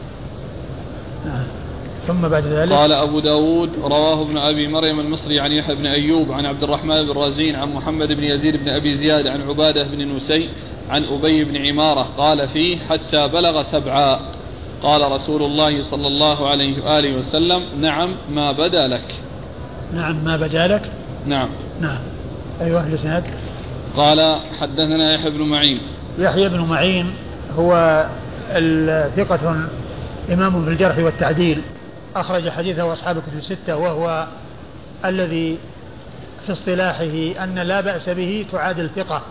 نعم. ثم بعد ذلك قال أبو داود رواه ابن أبي مريم المصري عن يحيى بن أيوب عن عبد الرحمن بن رزين عن محمد بن يزيد بن أبي زياد عن عبادة بن نسي عن أبي بن عمارة قال فيه حتى بلغ سبعا. قال رسول الله صلى الله عليه وآله وسلم نعم ما بدا لك. نعم ما بدا لك. نعم. نعم. أيوه الإسناد. قال حدثنا يحيى بن معين. يحيى بن معين هو ثقة إمام في الجرح والتعديل، أخرج حديثه أصحاب الكتب الستة، وهو الذي في اصطلاحه أن لا بأس به تعادل ثقة،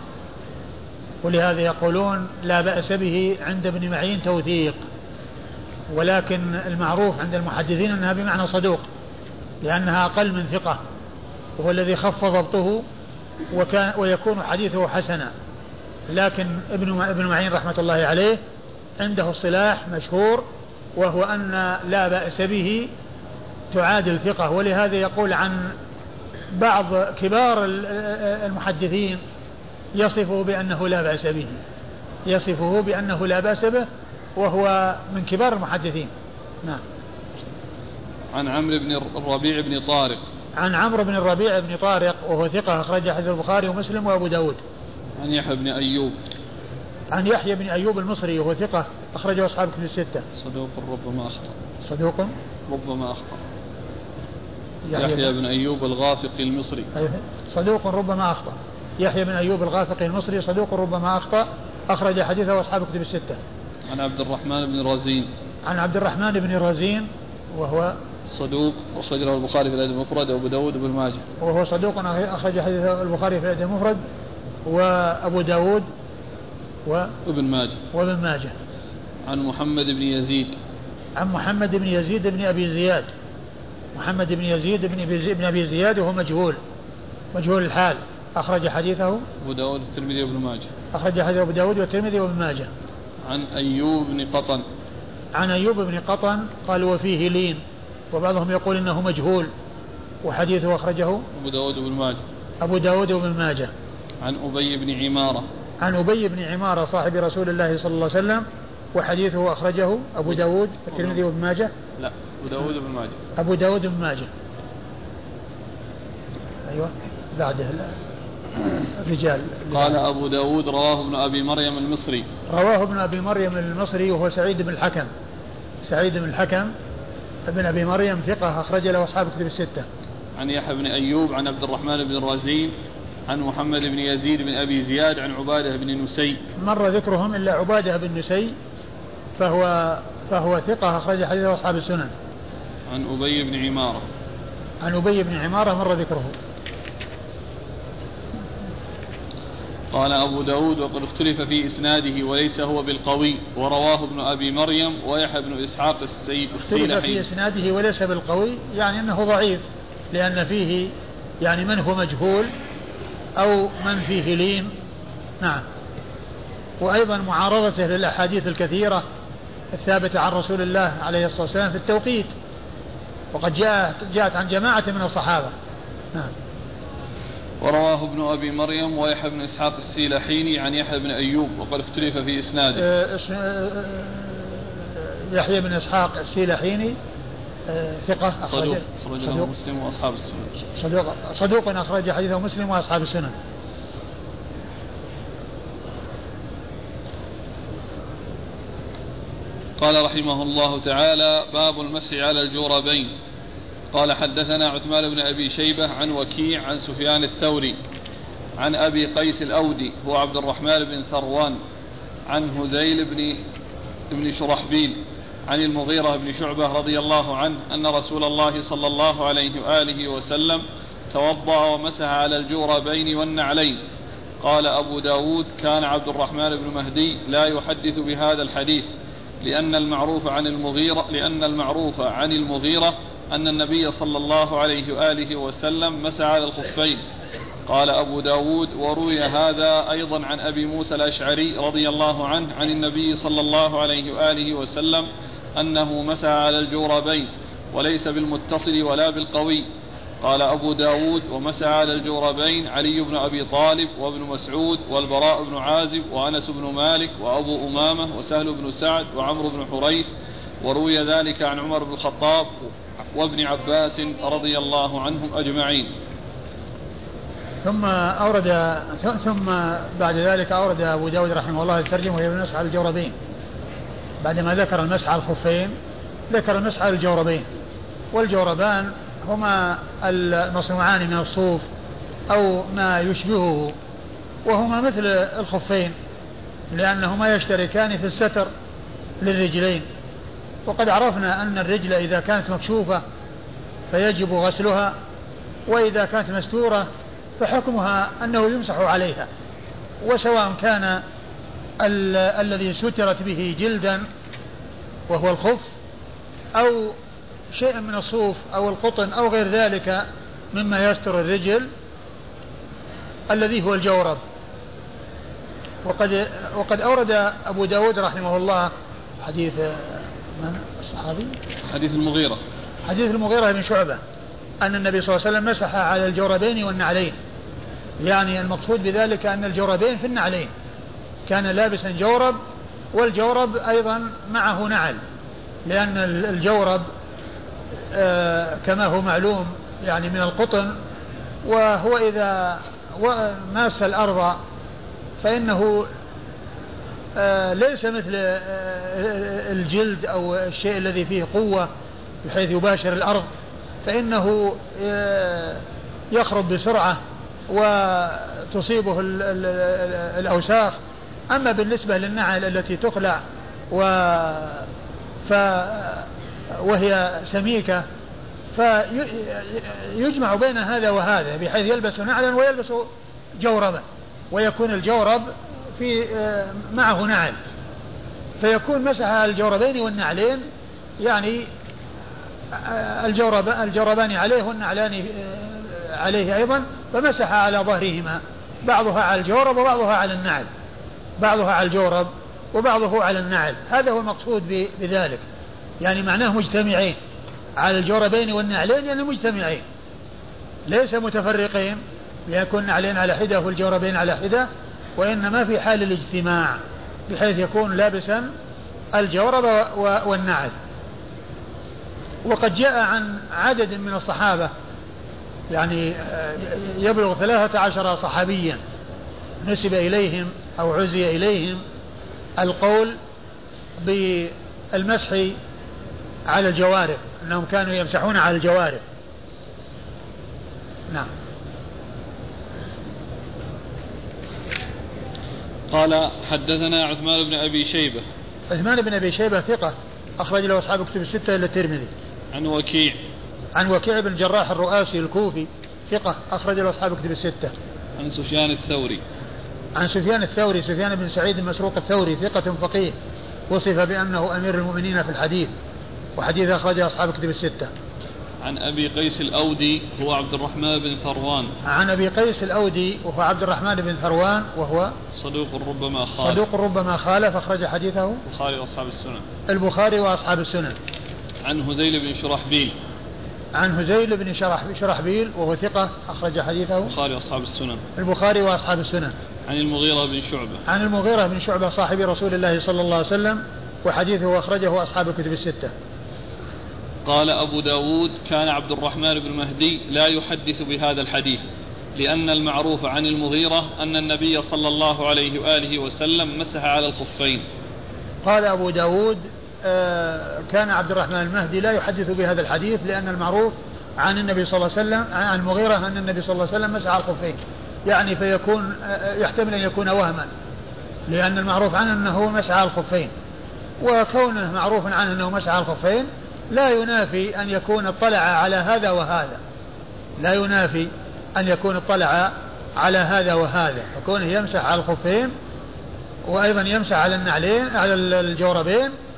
ولهذا يقولون لا بأس به عند ابن معين توثيق، ولكن المعروف عند المحدثين أنها بمعنى صدوق لأنها أقل من ثقة، وهو الذي خف ضبطه وكان ويكون حديثه حسنا. لكن ابن ابن معين رحمة الله عليه عنده اصطلاح مشهور وهو أن لا بأس به تعادل ثقة، ولهذا يقول عن بعض كبار المحدثين يصفه بأنه لا بأس به، يصفه بأنه لا بأس به وهو من كبار المحدثين. نعم. عن عمرو بن الربيع بن طارق. عن عمرو بن الربيع بن طارق وهو ثقة أخرج حديث البخاري ومسلم وأبو داود. عن يحيى بن أيوب. عن يحيى بن أيوب المصري وهو ثقة أخرجه أصحاب الكتب الستة. صدوق ربما أخطأ. صدوق ربما أخطأ. يحيى, يحيى بن أيوب الغافقي المصري. صدوق ربما أخطأ. يحيى بن أيوب الغافقي المصري صدوق ربما أخطأ، أخرج حديثه أصحاب الكتب الستة. عن عبد الرحمن بن رزين. عن عبد الرحمن بن رزين وهو صدوق أخرج له البخاري في الأدب المفرد وأبو داود وابن ماجه. وهو صدوق أخرج حديث البخاري في الأدب المفرد وأبو داود وابن ماجه. وابن ماجه. عن محمد بن يزيد. عن محمد بن يزيد بن أبي زياد. محمد بن يزيد بن أبي زياد وهو مجهول مجهول الحال، أخرج حديثه أبو داود والترمذي وابن ماجه. أخرج حديث أبو داود والترمذي وابن ماجه. عن أيوب بن قطن. عن أيوب بن قطن قالوا وفيه لين، وبعضهم يقول إنه مجهول، وحديثه أخرجه أبو داود وابن ماجه. أبو داود وابن ماجه. عن أبي بن عمارة. عن أبي بن عمارة صاحب رسول الله صلى الله عليه وسلم، وحديثه أخرجه أبو داود والترمذي وابن ماجه. لا أبو داود وابن ماجه. أبو داود وابن ماجه. أيوة بعده الرجال. قال أبو داود رواه ابن أبي مريم المصري. رواه ابن أبي مريم المصري وهو سعيد بن الحكم. سعيد بن الحكم ابن أبي مريم ثقة أخرج له أصحاب الكتب الستة. عن يحيى بن أيوب عن عبد الرحمن بن الرزين عن محمد بن يزيد بن أبي زياد عن عبادة بن نسي. مر ذكرهم إلا عبادة بن نسي فهو فهو ثقة أخرج حديثه أصحاب السنن. عن أبي بن عمارة. عن أبي بن عمارة مر ذكره. قال أبو داود وقد اختلف في إسناده وليس هو بالقوي، ورواه ابن أبي مريم ويحيى بن إسحاق السيلحي. اختلف في إسناده وليس بالقوي يعني أنه ضعيف، لأن فيه يعني من هو مجهول أو من فيه لين. نعم. وأيضا معارضته للأحاديث الكثيرة الثابتة عن رسول الله عليه الصلاة والسلام في التوقيت، وقد جاءت, جاءت عن جماعة من الصحابة. نعم. ورواه ابن أبي مريم ويحيى بن إسحاق السيلحيني عن يحيى بن أيوب وقد اختلف في إسناده. يحيى بن إسحاق السيلحيني ثقة صدوق أخرج له مسلم وأصحاب السنن. صدوق صدوق أخرج حديثه مسلم وأصحاب السنن. قال رحمه الله تعالى: باب المسح على الجوربين. قال حدثنا عثمان بن أبي شيبة عن وكيع عن سفيان الثوري عن أبي قيس الأودي هو عبد الرحمن بن ثروان عن هزيل بن ابن شرحبيل عن المغيرة بن شعبة رضي الله عنه أن رسول الله صلى الله عليه وآله وسلم توضأ ومسح على الجوربين والنعلين. قال أبو داود: كان عبد الرحمن بن مهدي لا يحدث بهذا الحديث، لأن المعروف عن المغيرة لأن المعروف عن المغيرة أن النبي صلى الله عليه وآله وسلم مسح على الخفين. قال أبو داود وروي هذا أيضا عن أبي موسى الأشعري رضي الله عنه عن النبي صلى الله عليه وآله وسلم أنه مسح على الجوربين وليس بالمتصل ولا بالقوي. قال أبو داود ومسح على الجوربين علي بن أبي طالب وابن مسعود والبراء بن عازب وأنس بن مالك وأبو أمامة وسهل بن سعد وعمرو بن حريث، وروي ذلك عن عمر بن الخطاب وابن عباس رضي الله عنهم أجمعين. ثم أورد ثم بعد ذلك أورد أبو داود رحمه الله الترجمة وهي المسح على الجوربين. بعدما ذكر المسح على الخفين ذكر المسح على الجوربين، والجوربان هما المصنوعان من الصوف أو ما يشبهه، وهما مثل الخفين لأنهما يشتركان في الستر للرجلين. وقد عرفنا أن الرجل إذا كانت مكشوفة فيجب غسلها، وإذا كانت مستورة فحكمها أنه يمسح عليها، وسواء كان ال- الذي سترت به جلدا وهو الخف أو شيء من الصوف أو القطن أو غير ذلك مما يستر الرجل الذي هو الجورب. وقد, وقد أورد أبو داود رحمه الله حديث من الصحابي حديث المغيرة حديث المغيرة بن شعبة أن النبي صلى الله عليه وسلم مسح على الجوربين والنعلين، يعني المقصود بذلك أن الجوربين في النعلين، كان لابسا جورب والجورب أيضا معه نعل، لأن الجورب آه كما هو معلوم يعني من القطن، وهو إذا ماس الأرض فإنه آه ليس مثل آه الجلد أو الشيء الذي فيه قوة بحيث يباشر الأرض، فإنه آه يخرب بسرعة وتصيبه ال ال الأوساخ. أما بالنسبة للنعل التي تخلع و ف وهي سميكة فيجمع بين هذا وهذا بحيث يلبس نعلا ويلبس جوربا، ويكون الجورب في معه نعل، فيكون مسح الجوربين والنعلين، يعني الجورب الجوربان عليه والنعلان عليه أيضا، فمسح على ظهرهما، بعضها على الجورب وبعضها على النعل، بعضها على الجورب وبعضه على النعل. هذا هو المقصود بذلك، يعني معناه مجتمعين على الجوربين والنعلين، يعني مجتمعين ليس متفرقين ليكون نعلين على حدة والجوربين على حدة، وإنما في حال الاجتماع بحيث يكون لابسا الجورب والنعل. وقد جاء عن عدد من الصحابة يعني يبلغ ثلاثة عشر صحابيا نسب إليهم أو عزي إليهم القول بالمسح على الجوارب، أنهم كانوا يمسحون على الجوارب. نعم. قال حدثنا عثمان بن أبي شيبة. عثمان بن أبي شيبة ثقة أخرج له أصحاب كتب الستة إلا الترمذي. عن وكيع. عن وكيع بن الجراح الرؤاسي الكوفي ثقة أخرج له أصحاب كتب الستة. عن سفيان الثوري. عن سفيان الثوري سفيان بن سعيد المسروق الثوري ثقة فقيه، وصف بأنه أمير المؤمنين في الحديث، وحديث أخرجه أصحاب كتب الستة. عن أبي قيس الأودي هو عبد الرحمن بن ثروان. عن أبي قيس الأودي وهو عبد الرحمن بن ثروان وهو صدوق ربما خالف. صدوق ربما خالف أخرج حديثه البخاري وأصحاب السنن. البخاري وأصحاب السنن. عن هزيل بن شرحبيل. عن هزيل بن شرح شرحبيل وهو ثقة أخرج حديثه البخاري وأصحاب السنن. البخاري وأصحاب السنن. عن المغيرة بن شعبة. عن المغيرة بن شعبة صاحب رسول الله صلى الله عليه وسلم، وحديثه أخرجه أصحاب الكتب الستة. قال أبو داود كان عبد الرحمن بن مهدي لا يحدث بهذا الحديث، لأن المعروف عن المغيرة أن النبي صلى الله عليه وآله وسلم مسح على الخفين. قال أبو داود آه كان عبد الرحمن المهدي لا يحدث بهذا الحديث، لأن المعروف عن النبي صلى الله عليه وسلم عن المغيرة أن النبي صلى الله عليه وسلم مسح على الخفين، يعني فيكون آه يحتمل أن يكون وهما، لأن المعروف عنه أنه مسح على الخفين، وكونه معروف عنه أنه مسح على الخفين لا ينافي أن يكون اطلع على هذا وهذا، لا ينافي أن يكون اطلع على هذا وهذا، فكونه يمسح على الخفين وأيضا يمسح على النعلين على الجوربين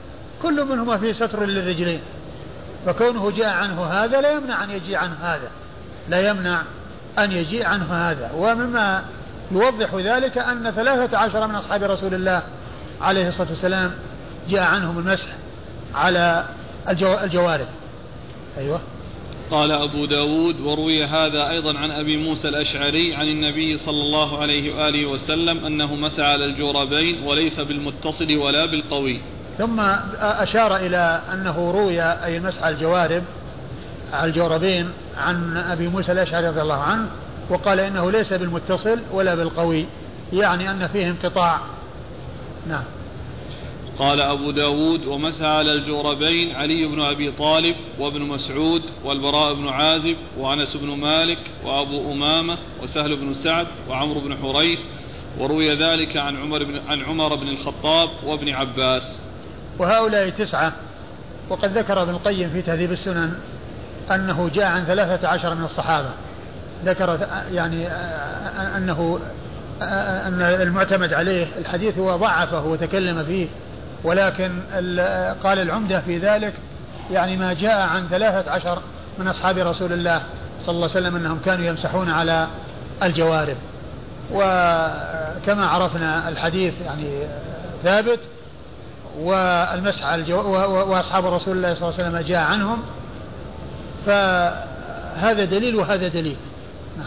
كل منهما فيه ستر للرجلين، فكونه جاء عنه هذا لا يمنع أن يجيء عنه هذا، لا يمنع أن يجيء عنه هذا. ومما يوضح ذلك أن ثلاثة عشر من أصحاب رسول الله عليه الصلاة والسلام جاء عنهم المسح على الجوارب. أيوة. قال أبو داود: وروي هذا أيضا عن أبي موسى الأشعري عن النبي صلى الله عليه وآله وسلم أنه مسح على الجوربين وليس بالمتصل ولا بالقوي. ثم أشار إلى أنه روي أي مسح على الجوارب على الجوربين عن أبي موسى الأشعري رضي الله عنه، وقال إنه ليس بالمتصل ولا بالقوي، يعني أن فيه انقطاع. نعم. قال أبو داود: ومسح على الجوربين علي بن أبي طالب وابن مسعود والبراء بن عازب وأنس بن مالك وأبو أمامة وسهل بن سعد وعمرو بن حريث، وروي ذلك عن عمر بن, عن عمر بن الخطاب وابن عباس. وهؤلاء تسعة، وقد ذكر ابن القيم في تهذيب السنن أنه جاء عن ثلاثة عشر من الصحابة، ذكر يعني أنه أن المعتمد عليه الحديث هو ضعفه وتكلم فيه، ولكن قال العمدة في ذلك يعني ما جاء عن ثلاثة عشر من أصحاب رسول الله صلى الله عليه وسلم أنهم كانوا يمسحون على الجوارب. وكما عرفنا الحديث يعني ثابت، والمسح على الجو... وأصحاب رسول الله صلى الله عليه وسلم جاء عنهم، فهذا دليل وهذا دليل. نعم.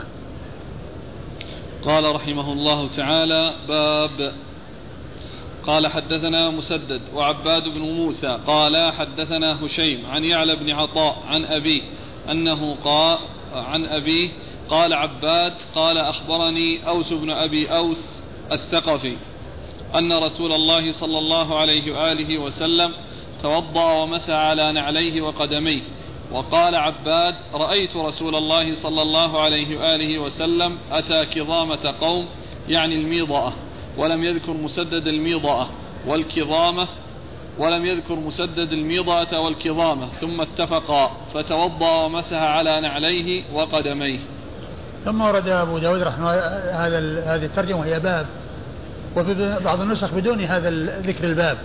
قال رحمه الله تعالى: باب. قال: حدثنا مسدد وعباد بن موسى قال حدثنا هشيم عن يعلى بن عطاء عن أبيه أنه قال عن أبيه قال عباد قال: أخبرني أوس بن أبي أوس الثقفي أن رسول الله صلى الله عليه وآله وسلم توضأ ومسح على نعليه وقدميه. وقال عباد: رأيت رسول الله صلى الله عليه وآله وسلم أتى كظامة قوم، يعني الميضأة، ولم يذكر مسدد الميضأة والكظامة ولم يذكر مسدد الميضأة والكظامة، ثم اتفقا فتوضأ ومسح على نعليه وقدميه. ثم ورد أبو داود رحمه هذا هذه الترجمة وهي باب، وفي بعض النسخ بدون هذا ذكر الباب.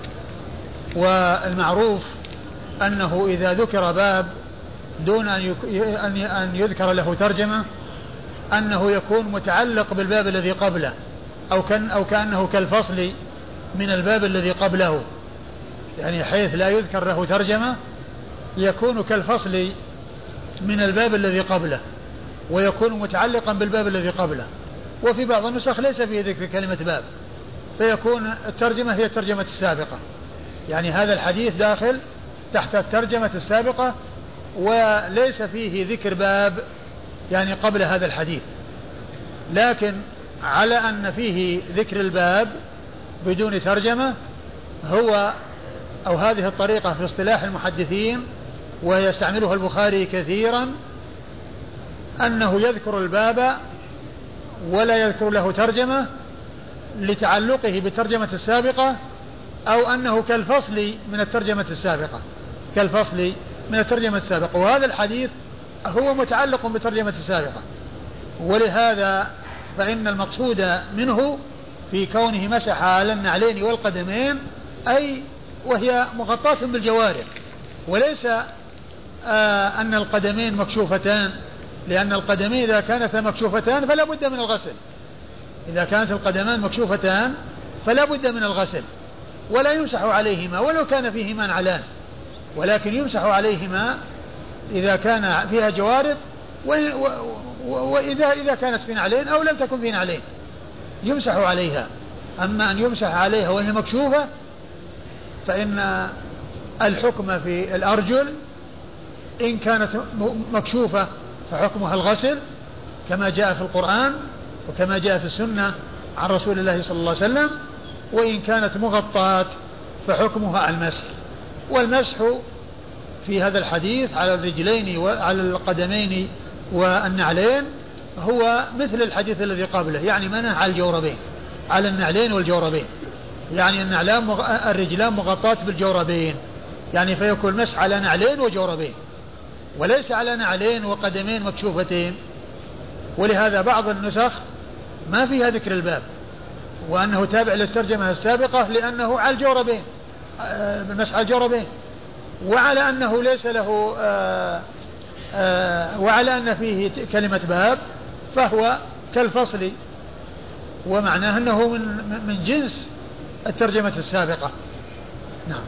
والمعروف أنه إذا ذكر باب دون أن يذكر له ترجمة أنه يكون متعلق بالباب الذي قبله، أو كان أو كأنه كالفصل من الباب الذي قبله، يعني حيث لا يذكر له ترجمة يكون كالفصل من الباب الذي قبله، ويكون متعلقا بالباب الذي قبله. وفي بعض النسخ ليس فيه ذكر كلمة باب، فيكون الترجمة هي الترجمة السابقة، يعني هذا الحديث داخل تحت الترجمة السابقة وليس فيه ذكر باب يعني قبل هذا الحديث. لكن على أن فيه ذكر الباب بدون ترجمة هو أو هذه الطريقة في اصطلاح المحدثين ويستعملها البخاري كثيرا، أنه يذكر الباب ولا يذكر له ترجمة لتعلقه بالترجمة السابقة، أو أنه كالفصل من الترجمة السابقة كالفصل من الترجمة السابقة وهذا الحديث هو متعلق بالترجمة السابقة. ولهذا فإن المقصود منه في كونه مسح على النعلين والقدمين أي وهي مغطاة بالجوارب، وليس آه أن القدمين مكشوفتان، لأن القدمين إذا كانتا مكشوفتان فلا بد من الغسل، إذا كانت القدمان مكشوفتان فلا بد من الغسل، ولا يمسح عليهما ولو كان فيهما نعلان، ولكن يمسح عليهما إذا كان فيها جوارب، وإذا إذا كانت في نعلين أو لم تكن في نعلين يمسح عليها. أما أن يمسح عليها وهي مكشوفة فإن الحكم في الأرجل إن كانت مكشوفة فحكمها الغسل كما جاء في القرآن وكما جاء في السنة عن رسول الله صلى الله عليه وسلم، وإن كانت مغطاة فحكمها المسح. والمسح في هذا الحديث على الرجلين وعلى القدمين والنعلين هو مثل الحديث الذي قبله، يعني منع على الجوربين، على النعلين والجوربين، يعني النعلان مغ... الرجلان مغطاة بالجوربين، يعني فيكون مسح على نعلين وجوربين وليس على نعلين وقدمين مكشوفتين. ولهذا بعض النسخ ما فيها ذكر الباب وأنه تابع للترجمة السابقة لأنه على الجوربين، مسح الجوربين، وعلى أنه ليس له آآ آآ وعلى أن فيه كلمة باب فهو كالفصل، ومعناه أنه من, من جنس الترجمة السابقة. نعم.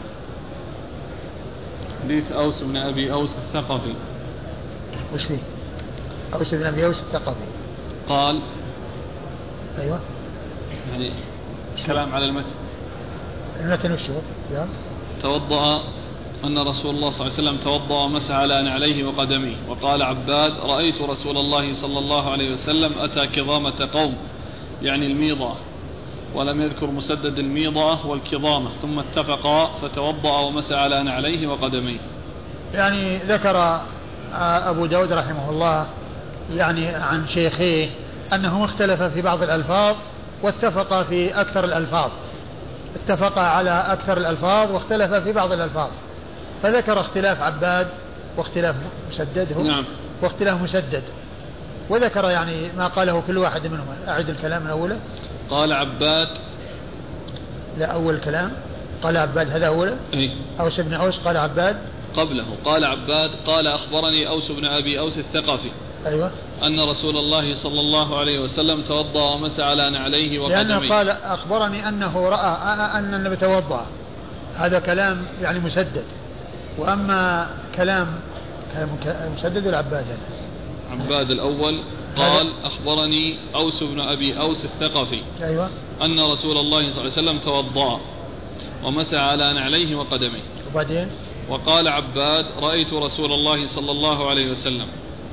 حديث أوس بن أبي أوس الثقفي، وش فيه؟ أوس بن أبي أوس الثقفي قال أيوة يعني كلام على المتن. المتن وش هو؟ نعم. توضأ أن رسول الله صلى الله عليه وسلم توضأ ومسح على نعليه وقدميه. وقال عباد رأيت رسول الله صلى الله عليه وسلم أتى كظامة قوم، يعني الميضة، ولم يذكر مسدد الميضة والكظامة، ثم اتفقا فتوضأ ومسح على نعليه وقدميه. يعني ذكر أبو داود رحمه الله يعني عن شيخيه أنه اختلف في بعض الألفاظ واتفق في أكثر الألفاظ، اتفق على أكثر الألفاظ واختلف في بعض الألفاظ، فذكر اختلاف عباد واختلاف مسدد نعم. واختلاف مسدد، وذكر يعني ما قاله كل واحد منهم. أعد الكلام من أوله. قال عباد، لا أول كلام قال عباد هذا أوله. إيه؟ أوس بن أوس قال عباد قبله قال عباد قال أخبرني أوس بن أبي أوس الثقفي أيوة أن رسول الله صلى الله عليه وسلم توضأ ومسح على نعليه وقدميه. لأنه قال أخبرني أنه رأى أن النبي توضأ، هذا كلام يعني مسدد. وأما كلام كلام مسدد العباد عباد الأول قال أخبرني أوس بن أبي أوس الثقفي أيوة أن رسول الله صلى الله عليه وسلم توضأ ومسح على نعليه وقدميه. وبعدين وقال عباد رأيت رسول الله صلى الله عليه وسلم.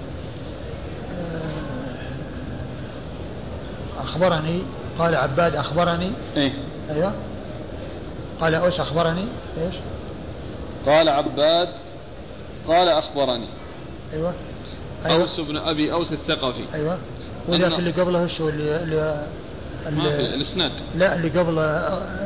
أخبرني قال عباد أخبرني إيه؟ أيوة. قال أوس أخبرني إيش؟ قال عباد قال أخبرني أيوة. أيوة. أوس بن أبي أوس الثقفي أيوة. وذاك اللي قبله شو اللي, اللي ما في الإسناد؟ لا اللي قبله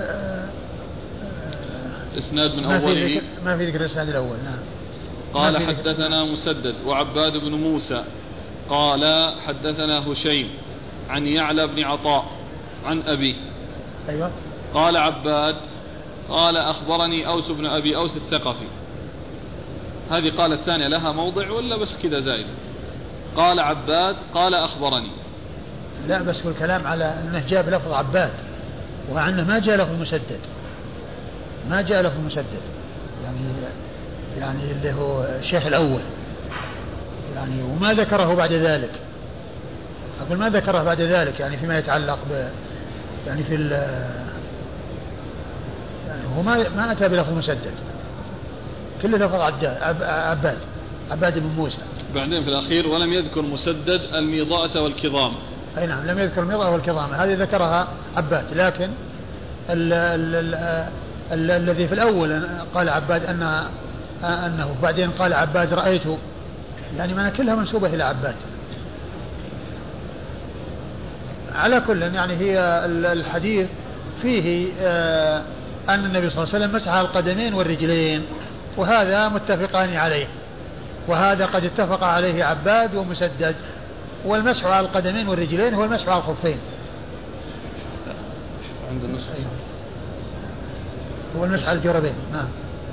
الإسناد من ما أوله في ما في ذكر الإسناد الأول. نعم. قال حدثنا مسدد وعباد بن موسى قال حدثنا هشيم عن يعلى بن عطاء عن أبيه. أيوة. قال عباد قال أخبرني أوس بن أبي أوس الثقفي. هذه قال الثانية لها موضع ولا بس كذا زائد؟ قال عباد قال أخبرني. لا بس الكلام على أنه جاب لفظ عباد وأنه ما جاء لفظ مسدد، ما جاء لفظ مسدد يعني يعني اللي هو الشيخ الأول يعني، وما ذكره بعد ذلك. أقول ما ذكره بعد ذلك يعني فيما يتعلق ب يعني في ال يعني هو ما ما أتى بلفظ مسدد، كل لفظ عباد عباد بن موسى. بعدين في الأخير ولم يذكر مسدد الميضاءة والكظام. أي نعم لم يذكر الميضاءة والكظام، هذه ذكرها عباد. لكن ال ال ال ال الذي في الأول قال عباد أن أنه بعدين قال عباد رأيته، يعني ما كلها منسوبة إلى عباد. على كل يعني هي الحديث فيه أن النبي صلى الله عليه وسلم مسح على القدمين والرجلين، وهذا متفقان عليه، وهذا قد اتفق عليه عباد ومسدد. والمسح على القدمين والرجلين هو المسح على الخفين. عند النسخة هو المسح على الجوربين. نعم.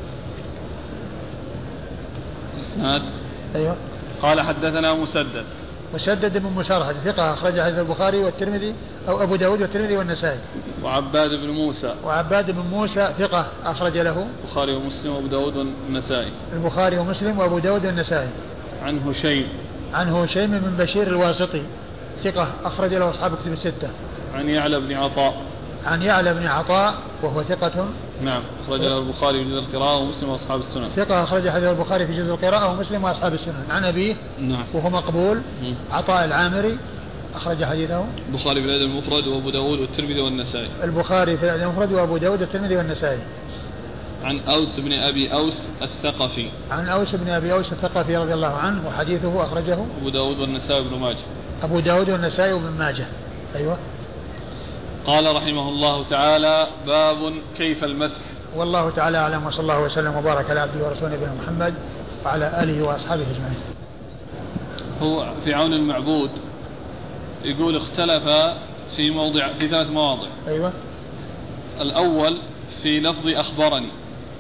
إسناد. أيوة. قال حدثنا مسدد. مسدد بن مسرهد ثقة أخرج حديث البخاري والترمذي أو أبو داود والترمذي والنسائي. وعباد بن موسى. وعباد بن موسى ثقة أخرج له البخاري ومسلم وأبو داود والنسائي. البخاري ومسلم وأبو داود والنسائي. عن هشيم. عن هشيم بن بشير الواسطي ثقة أخرج له أصحاب كتب الستة. عن يعلى بن عطاء. عن يعلى بن عطاء وهو ثقة. نعم أخرج له البخاري في جزء القراءة ومسلم وأصحاب السنن. ثقة أخرج حديث البخاري في جزء القراءة ومسلم وأصحاب السنن. عن أبيه. نعم. وهو مقبول. م. عطاء العامري أخرج حديثه البخاري في الأدب المفرد وأبو داود والترمذي والنسائي. البخاري في الأدب المفرد وأبو داود والترمذي والنسائي. عن أوس بن أبي أوس الثقفي. عن أوس بن أبي أوس الثقفي رضي الله عنه، وحديثه أخرجه أبو داود والنسائي وابن ماجه. أبو داود والنسائي وابن ماجه. أيوة. قال رحمه الله تعالى باب كيف المسح. والله تعالى أعلم، وصلى الله وسلم وبارك على عبده ورسوله نبينا محمد وعلى آله وأصحابه أجمعين. هو في عون المعبود يقول اختلف في موضع في ثلاث مواضع. أيوة. الأول في لفظ أخبرني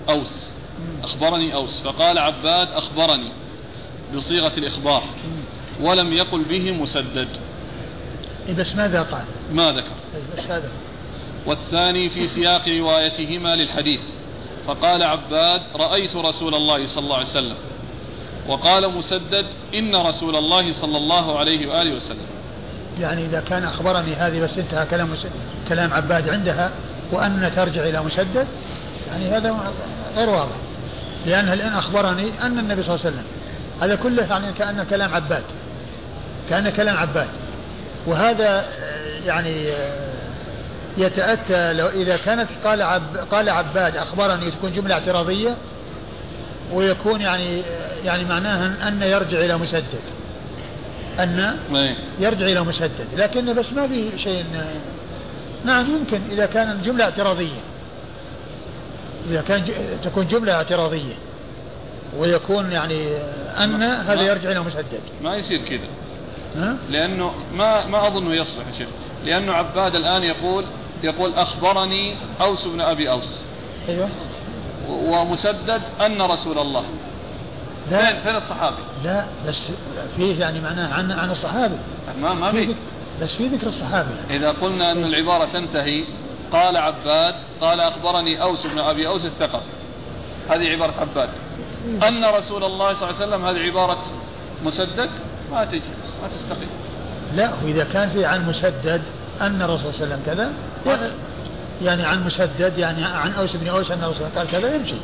أوس، أخبرني أوس، فقال عباد أخبرني بصيغة الإخبار ولم يقل به مسدد. بس ماذا قال؟ ما ذكر. بس هذا. والثاني في سياق روايتهما للحديث، فقال عباد رأيت رسول الله صلى الله عليه وسلم، وقال مسدد إن رسول الله صلى الله عليه وآله وسلم. يعني إذا كان أخبرني هذه بس انتهى كلام كلام عباد عندها وأن ترجع إلى مسدد، يعني هذا غير واضح، لأنها الآن أخبرني أن النبي صلى الله عليه وسلم، هذا كله يعني كأن كلام عباد، كأن كلام عباد، وهذا يعني يتأتى لو إذا كانت قال عب قال عباد أخبرني تكون جملة اعتراضية، ويكون يعني يعني معناها أن يرجع إلى مسدد، أن يرجع إلى مسدد، لكن بس ما في شيء. نعم يمكن إذا كان جملة اعتراضية، إذا كان تكون جملة اعتراضية ويكون يعني أن هذا يرجع إلى مسدد، ما يصير كذا، لأنه ما ما أظنه يصلح يا شيخ، لأنه عباد الآن يقول يقول أخبرني أوس بن أبي أوس. أيوة. ومسدد أن رسول الله. فين فين الصحابي؟ لا بس فيه يعني معناه عن عن الصحابي. ما ما في بس في ذكر الصحابي. إذا قلنا أن العبارة تنتهي قال عباد قال أخبرني أوس بن أبي أوس الثقفي، هذه عبارة عباد. أن رسول الله صلى الله عليه وسلم، هذه عبارة مسدد، ما تجي ما تستقيم. لا وإذا كان في عن مسدد أن الرسول صلى الله عليه وسلم كذا، يعني عن مسدد يعني عن أوس بن أوس أن الرسول قال كذا يمشي،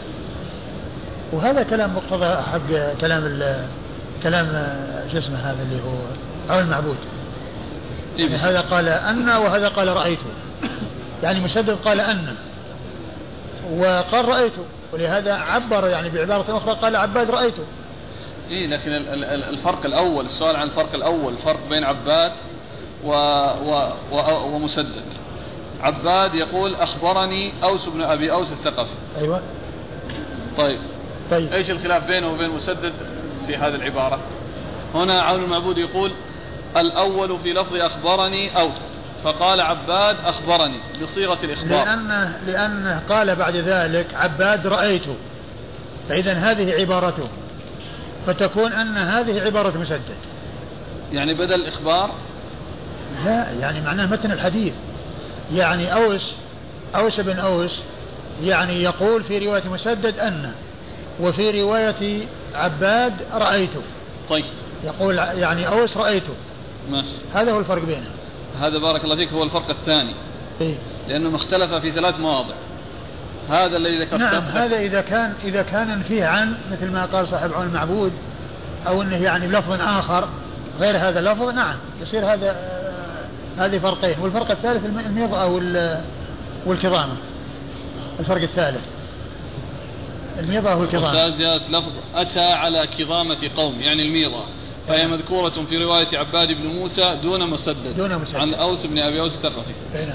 وهذا كلام مقتضى حق كلام ال كلام شو اسمه هذا اللي هو عون المعبود، يعني هذا قال أن وهذا قال رأيته، يعني مسدد قال أن وقال رأيته، ولهذا عبر يعني بعبارة أخرى قال عباد رأيته. إيه لكن الفرق الأول، السؤال عن الفرق الأول، الفرق بين عباد و و و ومسدد. عباد يقول أخبرني أوس بن أبي أوس الثقفي. أيوة. طيب. طيب. إيش الخلاف بينه وبين مسدد في هذه العبارة؟ هنا عون المعبود يقول الأول في لفظ أخبرني أوس، فقال عباد أخبرني بصيغة الإخبار، لأنه, لأنه قال بعد ذلك عباد رأيته، فإذا هذه عبارته، فتكون أن هذه عبارة مسدد، يعني بدل الإخبار. لا يعني معناه متن الحديث، يعني أوس أوس بن أوس يعني يقول في رواية مسدد أن، وفي رواية عباد رأيته. طيب. يقول يعني أوس رأيته. ماشي. هذا هو الفرق بينهم. هذا بارك الله فيك هو الفرق الثاني. إيه؟ لأنه مختلف في ثلاث مواضع. هذا الذي ذكرته. نعم هذا إذا كان إذا كان فيه عن مثل ما قال صاحب عون المعبود، أو أنه يعني بلفظ آخر غير هذا اللفظ، نعم يصير هذا آه هذه فرقين. والفرق الثالث الميضة والكظامة. الفرق الثالث الميضة والكظامة. وسادت لفظ أتى على كظامة قوم، يعني الميضة، فهي مذكورة في رواية عباد بن موسى دون مسدد، دون مسدد عن أوس بن أبي أوس الثقفي. نعم.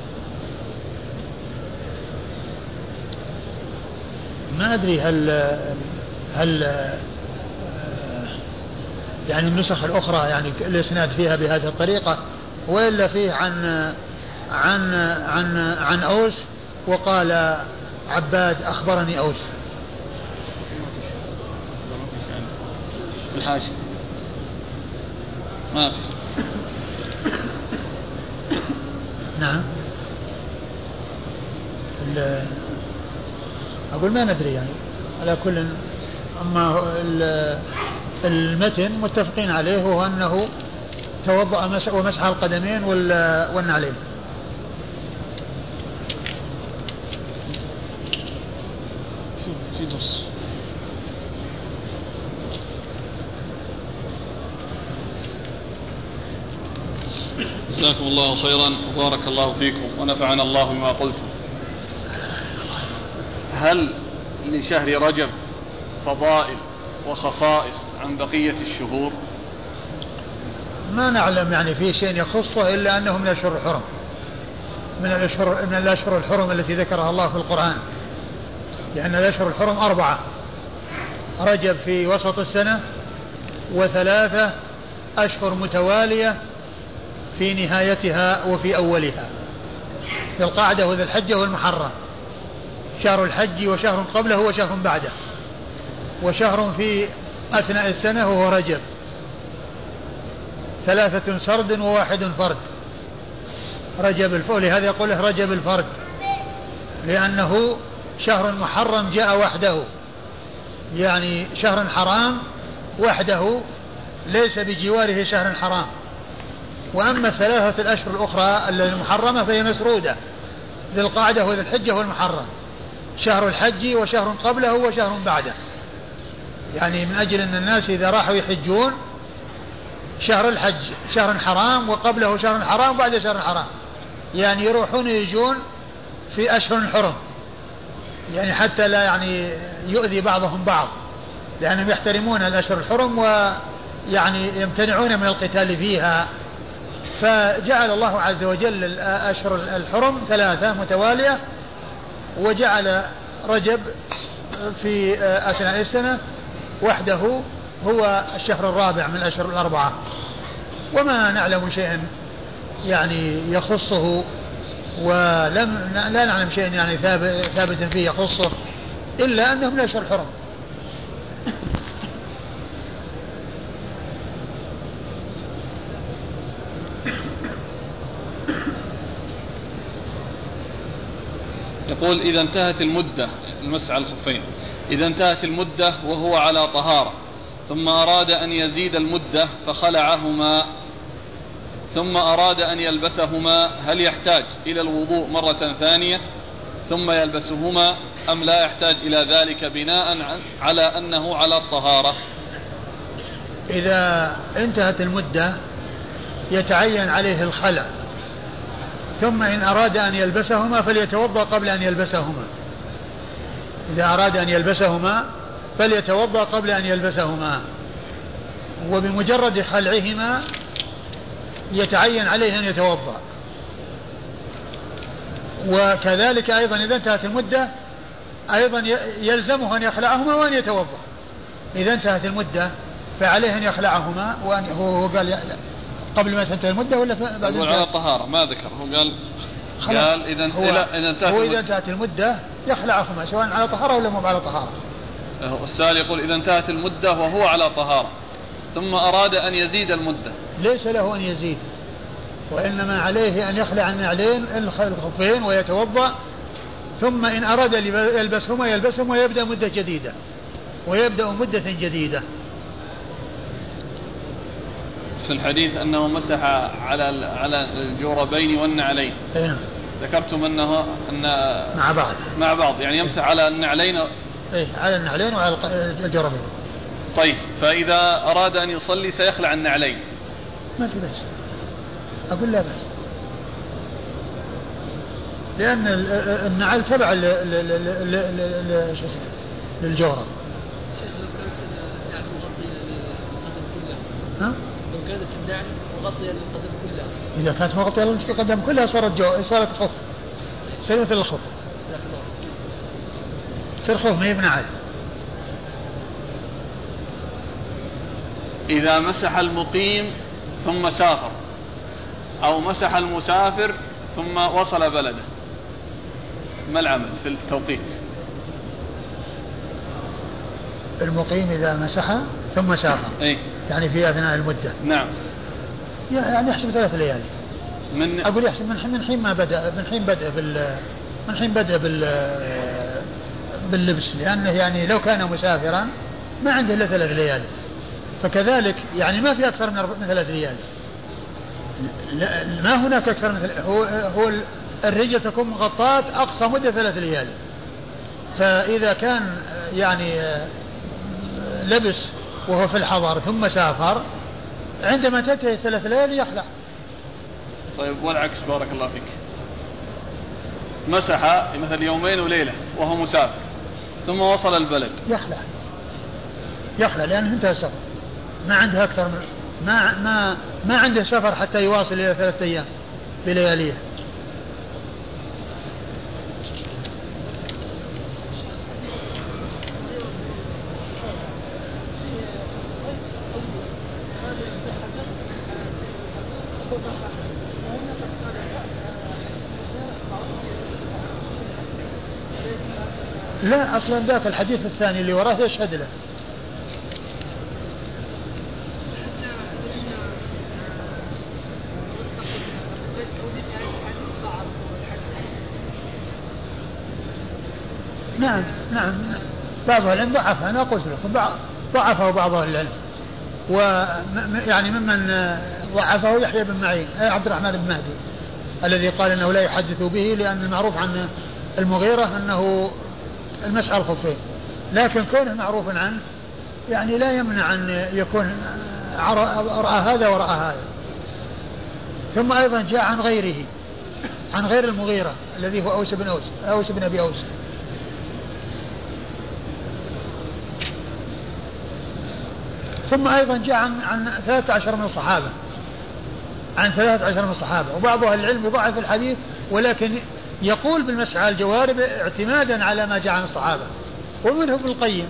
ما أدري هل هل يعني النسخ الأخرى يعني الإسناد فيها بهذه الطريقة، وإلا فيه عن عن عن عن أوس وقال عباد أخبرني أوس. الحاشي ما في. نعم. أقول ما ندري يعني على كل، أما المتن متفقين عليه، وهو أنه توضأ ومسح القدمين والنعلين. في نص. جزاكم الله خيرا وبارك الله فيكم ونفعنا الله بما قلتم. هل لشهر رجب فضائل وخصائص عن بقية الشهور؟ ما نعلم يعني في شيء يخصه إلا أنه من الأشهر الحرم، من الأشهر من الأشهر الحرم التي ذكرها الله في القرآن، لأن الأشهر الحرم أربعة: رجب في وسط السنة، وثلاثة أشهر متوالية في نهايتها وفي أولها، ذي القعدة وذي الحجة والمحرم. شهر الحج وشهر قبله وشهر بعده، وشهر في أثناء السنة وهو رجب، ثلاثة سرد وواحد فرد. رجب الفرد، لهذا يقول له رجب الفرد، لأنه شهر محرم جاء وحده، يعني شهر حرام وحده ليس بجواره شهر حرام. وأما الثلاثة الأشهر الأخرى المحرمة فهي مسرودة، ذي القعدة وذي الحجة والمحرم، شهر الحج وشهر قبله وشهر بعده، يعني من أجل أن الناس إذا راحوا يحجون شهر الحج شهر حرام وقبله شهر حرام وبعده شهر حرام، يعني يروحون يجون في أشهر الحرم، يعني حتى لا يعني يؤذي بعضهم بعض، لأنهم يحترمون الأشهر الحرم ويعني يمتنعون من القتال فيها. فجعل الله عز وجل الأشهر الحرم ثلاثة متوالية، وجعل رجب في أثناء السنة وحده هو الشهر الرابع من الأشهر الأربعة، وما نعلم شيئا يعني يخصه، ولم لا نعلم شيئا يعني ثابت فيه يخصه إلا أنه من أشهر الحرم. يقول إذا انتهت المدة المسح على الخفين، إذا انتهت المدة وهو على طهارة ثم أراد أن يزيد المدة فخلعهما ثم أراد أن يلبسهما، هل يحتاج إلى الوضوء مرة ثانية ثم يلبسهما أم لا يحتاج إلى ذلك بناء على أنه على الطهارة؟ إذا انتهت المدة يتعين عليه الخلع، ثم إن أراد أن يلبسهما فليتوضأ قبل أن يلبسهما. إذا أراد أن يلبسهما فليتوضأ قبل أن يلبسهما، وبمجرد خلعهما يتعين عليه أن يتوضأ. وكذلك أيضا إذا انتهت المدة أيضا يلزمه أن يخلعهما وأن يتوضأ. إذا انتهت المدة فعليه أن يخلعهما، وأن هو قال قبل ما تنتهي المدة ولا بعد؟ على الطهارة ما ذكر، هو قال قال إذا إذا انتهت هو إذا انتهت المدة يخلعهما سواء على طهارة ولا مو على طهارة. السائل يقول إذا انتهت المدة وهو على طهارة ثم أراد أن يزيد المدة، ليس له أن يزيد، وإنما عليه أن يخلع النعلين الخفين ويتوضأ، ثم إن أراد يلبسهما يلبسهما ويبدأ مدة جديدة ويبدأ مدة جديدة. في الحديث أنه مسح على على الجوربين والنعلين، نعم ذكرتم أنه أن مع بعض مع بعض يعني يمسح على النعلين، إيه على النعلين وعلى الجوربين. طيب فإذا أراد أن يصلي سيخلع النعلين؟ ما في بأس، أقول لا بأس، لأن النعل تبع للجورب. ها؟ لو كانت النعل مغطية للقدم كلها، إذا كانت مغطية للقدم كلها صارت جو... صارت خف، صار مثل الخف، صار خف ما يبنى عاد. إذا مسح المقيم ثم سافر أو مسح المسافر ثم وصل بلده، ما العمل في التوقيت؟ المقيم إذا مسح ثم سافر إيه؟ يعني في أثناء المدة، نعم، يعني يحسب ثلاث ليالي. من أقول يحسب من حين من حين ما بدأ من حين بدأ بال من حين بدأ بال باللبس، لأنه يعني لو كان مسافرا ما عنده إلا ثلاث ليالي، فكذلك يعني ما في أكثر من ثلاث ليالي، ما هناك أكثر من ثلاث. هو هو الرجل تكون مغطاة أقصى مدة ثلاث ليالي، فإذا كان يعني لبس وهو في الحضر ثم سافر عندما تنتهي ثلاث ليالي يخلع. طيب والعكس بارك الله فيك، مسح مثل يومين وليلة وهو مسافر ثم وصل البلد يخلع يخلع لأنه انتهى السفر، ما عنده أكثر من ما ما ما عنده سفر حتى يواصل إلى ثلاثة أيام بلياليه. لا أصلا ذاك الحديث الثاني اللي وراه يشهد له. نعم نعم بعض العلم ضعفه، أنا قلت لكم ضعفه بعض العلم، ويعني ممن ضعفه يحيى بن معين عبد الرحمن بن مهدي الذي قال أنه لا يحدث به، لأن المعروف عن المغيرة أنه المسح على الخفين، لكن كونه معروف عنه يعني لا يمنع أن يكون رأى هذا ورأى هذا. ثم أيضا جاء عن غيره، عن غير المغيرة الذي هو أوس بن أوس أوس بن أبي أوس. ثم أيضا جاء عن عن ثلاثة عشر من الصحابة، عن ثلاثة عشر من الصحابة، وبعض أهل العلم يضعف الحديث ولكن يقول بالمسح على الجوارب اعتمادا على ما جاء عن الصحابة، ومنهم ابن القيم.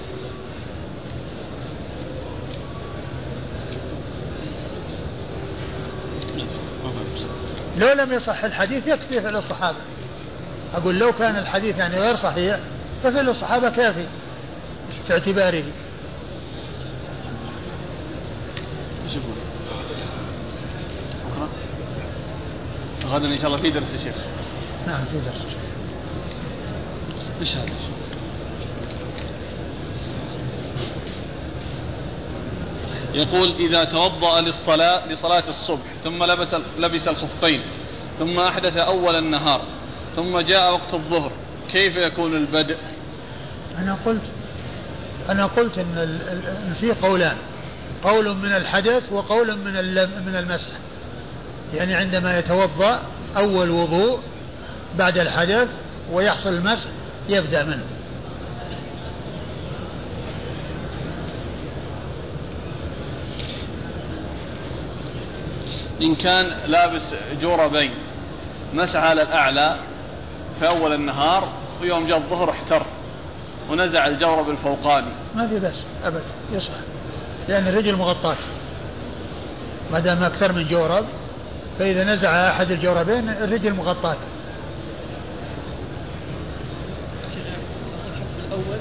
لو لم يصح الحديث يكفي فعل الصحابة، أقول لو كان الحديث يعني غير صحيح ففعل الصحابة كافي في اعتباره. غدا إن شاء الله في درس يا شيخ. نعم في درس. إيش هذا؟ يقول إذا توضأ للصلاة لصلاة الصبح ثم لبس لبس الخفين ثم أحدث أول النهار ثم جاء وقت الظهر كيف يكون البدء؟ أنا قلت أنا قلت إن في قولان، قول من الحدث وقول من من المسح. يعني عندما يتوضأ أول وضوء بعد الحدث ويحصل المسح يبدأ منه. إن كان لابس جوربين مسح على الأعلى في أول النهار ويوم جاء الظهر احتر ونزع الجورب الفوقاني ما في بس أبدا يصح، لأن الرجل مغطاة ما دام أكثر من جورب، فإذا نزع أحد الجوربين الرجل مغطاة. الأول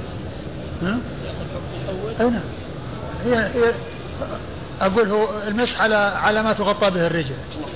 أي نعم، هي هي أقول هو المسح على على ما تغطى به الرجل.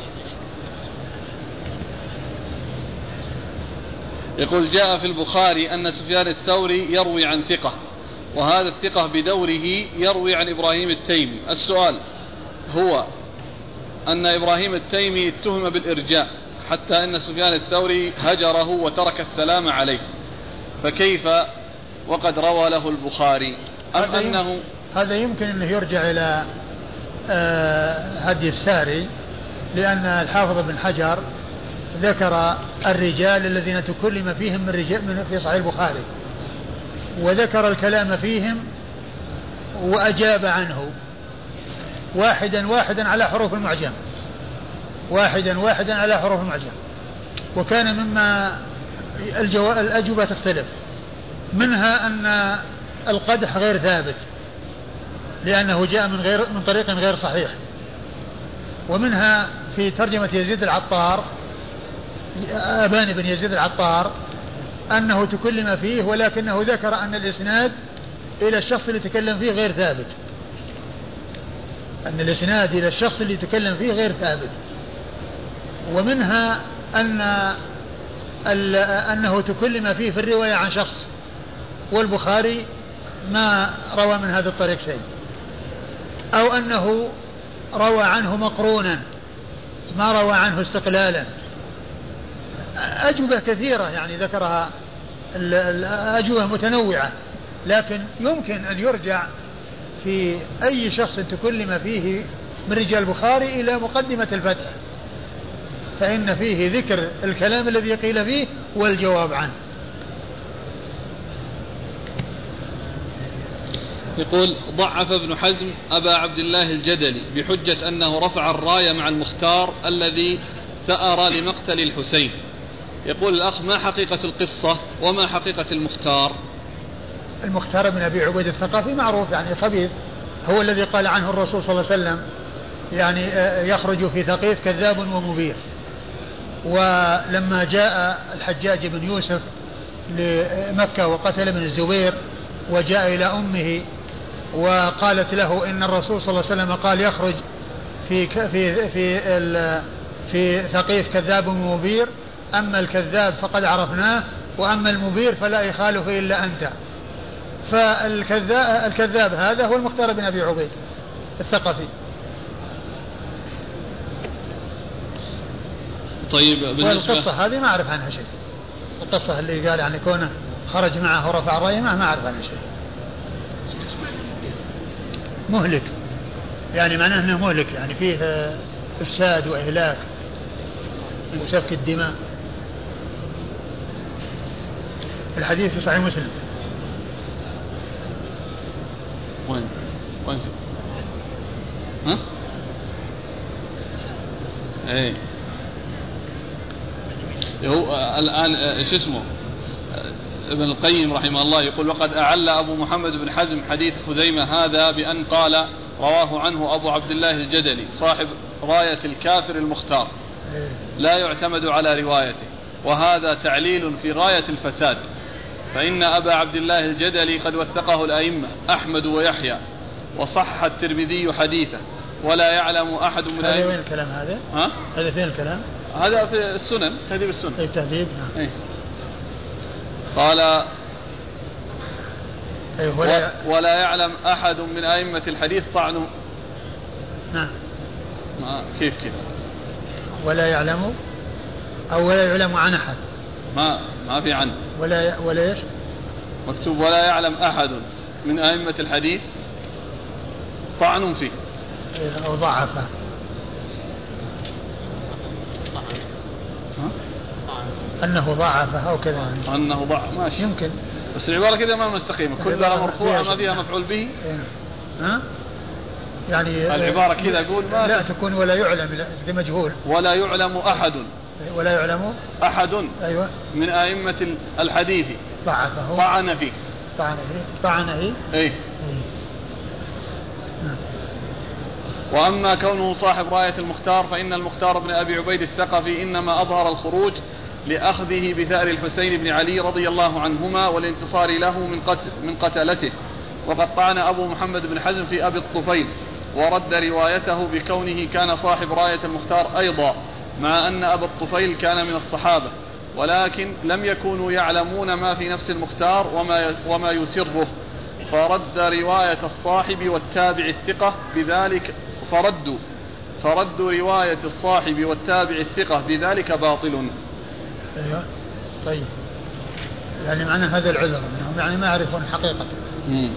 يقول جاء في البخاري أن سفيان الثوري يروي عن ثقة، وهذا الثقة بدوره يروي عن إبراهيم التيمي. السؤال هو أن إبراهيم التيمي اتهم بالإرجاء حتى أن سفيان الثوري هجره وترك السلام عليه، فكيف وقد روى له البخاري؟ أم هذا أنه يمكن هذا يمكن أنه يرجع إلى آه هدي الساري، لأن الحافظ بن حجر ذكر الرجال الذين تكلم فيهم من رجال من في صحيح البخاري، وذكر الكلام فيهم وأجاب عنه واحدا واحدا على حروف المعجم، واحدا واحدا على حروف المعجم، وكان مما الأجوبة تختلف، منها أن القدح غير ثابت لأنه جاء من غير من طريق غير صحيح، ومنها في ترجمة يزيد العطار أبان بن يزيد العطار أنه تكلم فيه ولكنه ذكر أن الإسناد إلى الشخص اللي تكلم فيه غير ثابت، أن الإسناد إلى الشخص اللي تكلم فيه غير ثابت. ومنها أن أنه تكلم فيه في الرواية عن شخص، والبخاري ما روى من هذا الطريق شيء، أو أنه روى عنه مقرونا ما روى عنه استقلالا. أجوبة كثيرة يعني ذكرها الأجوبة متنوعة، لكن يمكن أن يرجع في أي شخص تكلم فيه من رجال البخاري إلى مقدمة الفتح، فإن فيه ذكر الكلام الذي قيل فيه والجواب عنه. يقول ضعف ابن حزم أبا عبد الله الجدلي بحجة أنه رفع الراية مع المختار الذي ثأر لمقتل الحسين. يقول الأخ ما حقيقة القصة وما حقيقة المختار؟ المختار بن أبي عبيد الثقفي معروف يعني خبيث، هو الذي قال عنه الرسول صلى الله عليه وسلم يعني يخرج في ثقيف كذاب ومبير. ولما جاء الحجاج بن يوسف لمكة وقتل ابن الزبير وجاء إلى أمه وقالت له إن الرسول صلى الله عليه وسلم قال يخرج في في في في ثقيف كذاب ومبير، أما الكذاب فقد عرفناه وأما المبير فلا يخالف إلا أنت. فالكذاب الكذاب هذا هو المختار بن أبي عبيد الثقفي. طيب بالنسبة والقصة هذه ما أعرف عنها شيء، القصة اللي قال يعني كونه خرج معه ورفع رأيه ما أعرف عنها شيء. مهلك يعني معناه أنه مهلك، يعني فيه إفساد وإهلاك وسفك الدماء. الحديث في صحيح مسلم. وين وين ها ايه هو الآن ايش اسمه ابن القيم رحمه الله يقول وقد أعل أبو محمد بن حزم حديث خزيمة هذا بأن قال رواه عنه أبو عبد الله الجدلي صاحب راية الكافر المختار لا يعتمد على روايته، وهذا تعليل في غاية الفساد، فإن أبا عبد الله الجدلي قد وثقه الأئمة أحمد ويحيى وصح الترمذي حديثه ولا يعلم أحد من الأئمة. هذا وين الكلام هذا؟ ها؟ هذا فين الكلام؟ هذا في السنن، تهذيب السنن. اي تهذيب نعم. ايه. قال أيه ولا, ولا يعلم أحد من أئمة الحديث طعنه. نعم. ما كيف كذا؟ ولا يعلم أو ولا يعلم عن أحد. ما ما في عنه. ولا ولا إيش؟ مكتوب ولا يعلم أحد من أئمة الحديث طعن فيه. أو ضعفه. أنه ضعفه أو كذا. أنه ضعف ماشي. يمكن. بس العبارة كذا ما مستقيمة، كلها مرفوعة ما فيها مفعول به. ها؟ يعني العبارة كذا أقول ما لا تكون ولا يعلم لمجهول. ولا يعلم أحد. ولا يعلم أحد. أيوة. من أئمة الحديث ضعفه. طعن فيه. طعن فيه. طعن فيه. إيه. نعم. وأما كونه صاحب راية المختار فإن المختار بن أبي عبيد الثقفي إنما أظهر الخروج لأخذه بثأر الحسين بن علي رضي الله عنهما والانتصار له من, قتل من قتلته، وقد طعن أبو محمد بن حزم في أبي الطفيل ورد روايته بكونه كان صاحب راية المختار أيضا، مع أن أبا الطفيل كان من الصحابة ولكن لم يكونوا يعلمون ما في نفس المختار وما, وما يسره، فرد رواية الصاحب والتابع الثقة بذلك فردوا فردوا رواية الصاحب والتابع الثقة بذلك باطل. أيوة. طيب يعني معنى هذا العذر منهم يعني ما يعرفون حقيقة. مم.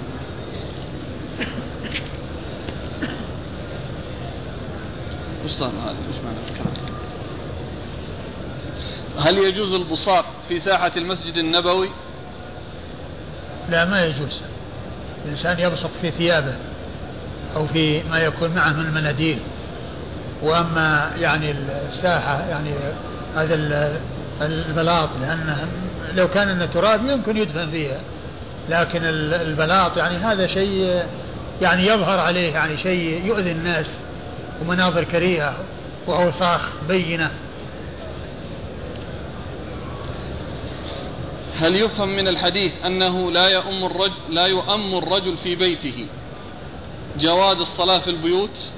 بسطان هذا مش معنى الكلام. هل يجوز البصاق في ساحة المسجد النبوي؟ لا ما يجوز، الإنسان يبصق في ثيابه أو في ما يكون معه من المناديل، وأما يعني الساحة يعني هذا البلاط لأنه لو كان أنه تراب يمكن يدفن فيها، لكن البلاط يعني هذا شيء يعني يظهر عليه يعني شيء يؤذي الناس ومناظر كريهة وأوساخ بينة. هل يفهم من الحديث أنه لا يؤم الرجل لا يؤم الرجل في بيته جواز الصلاة في البيوت؟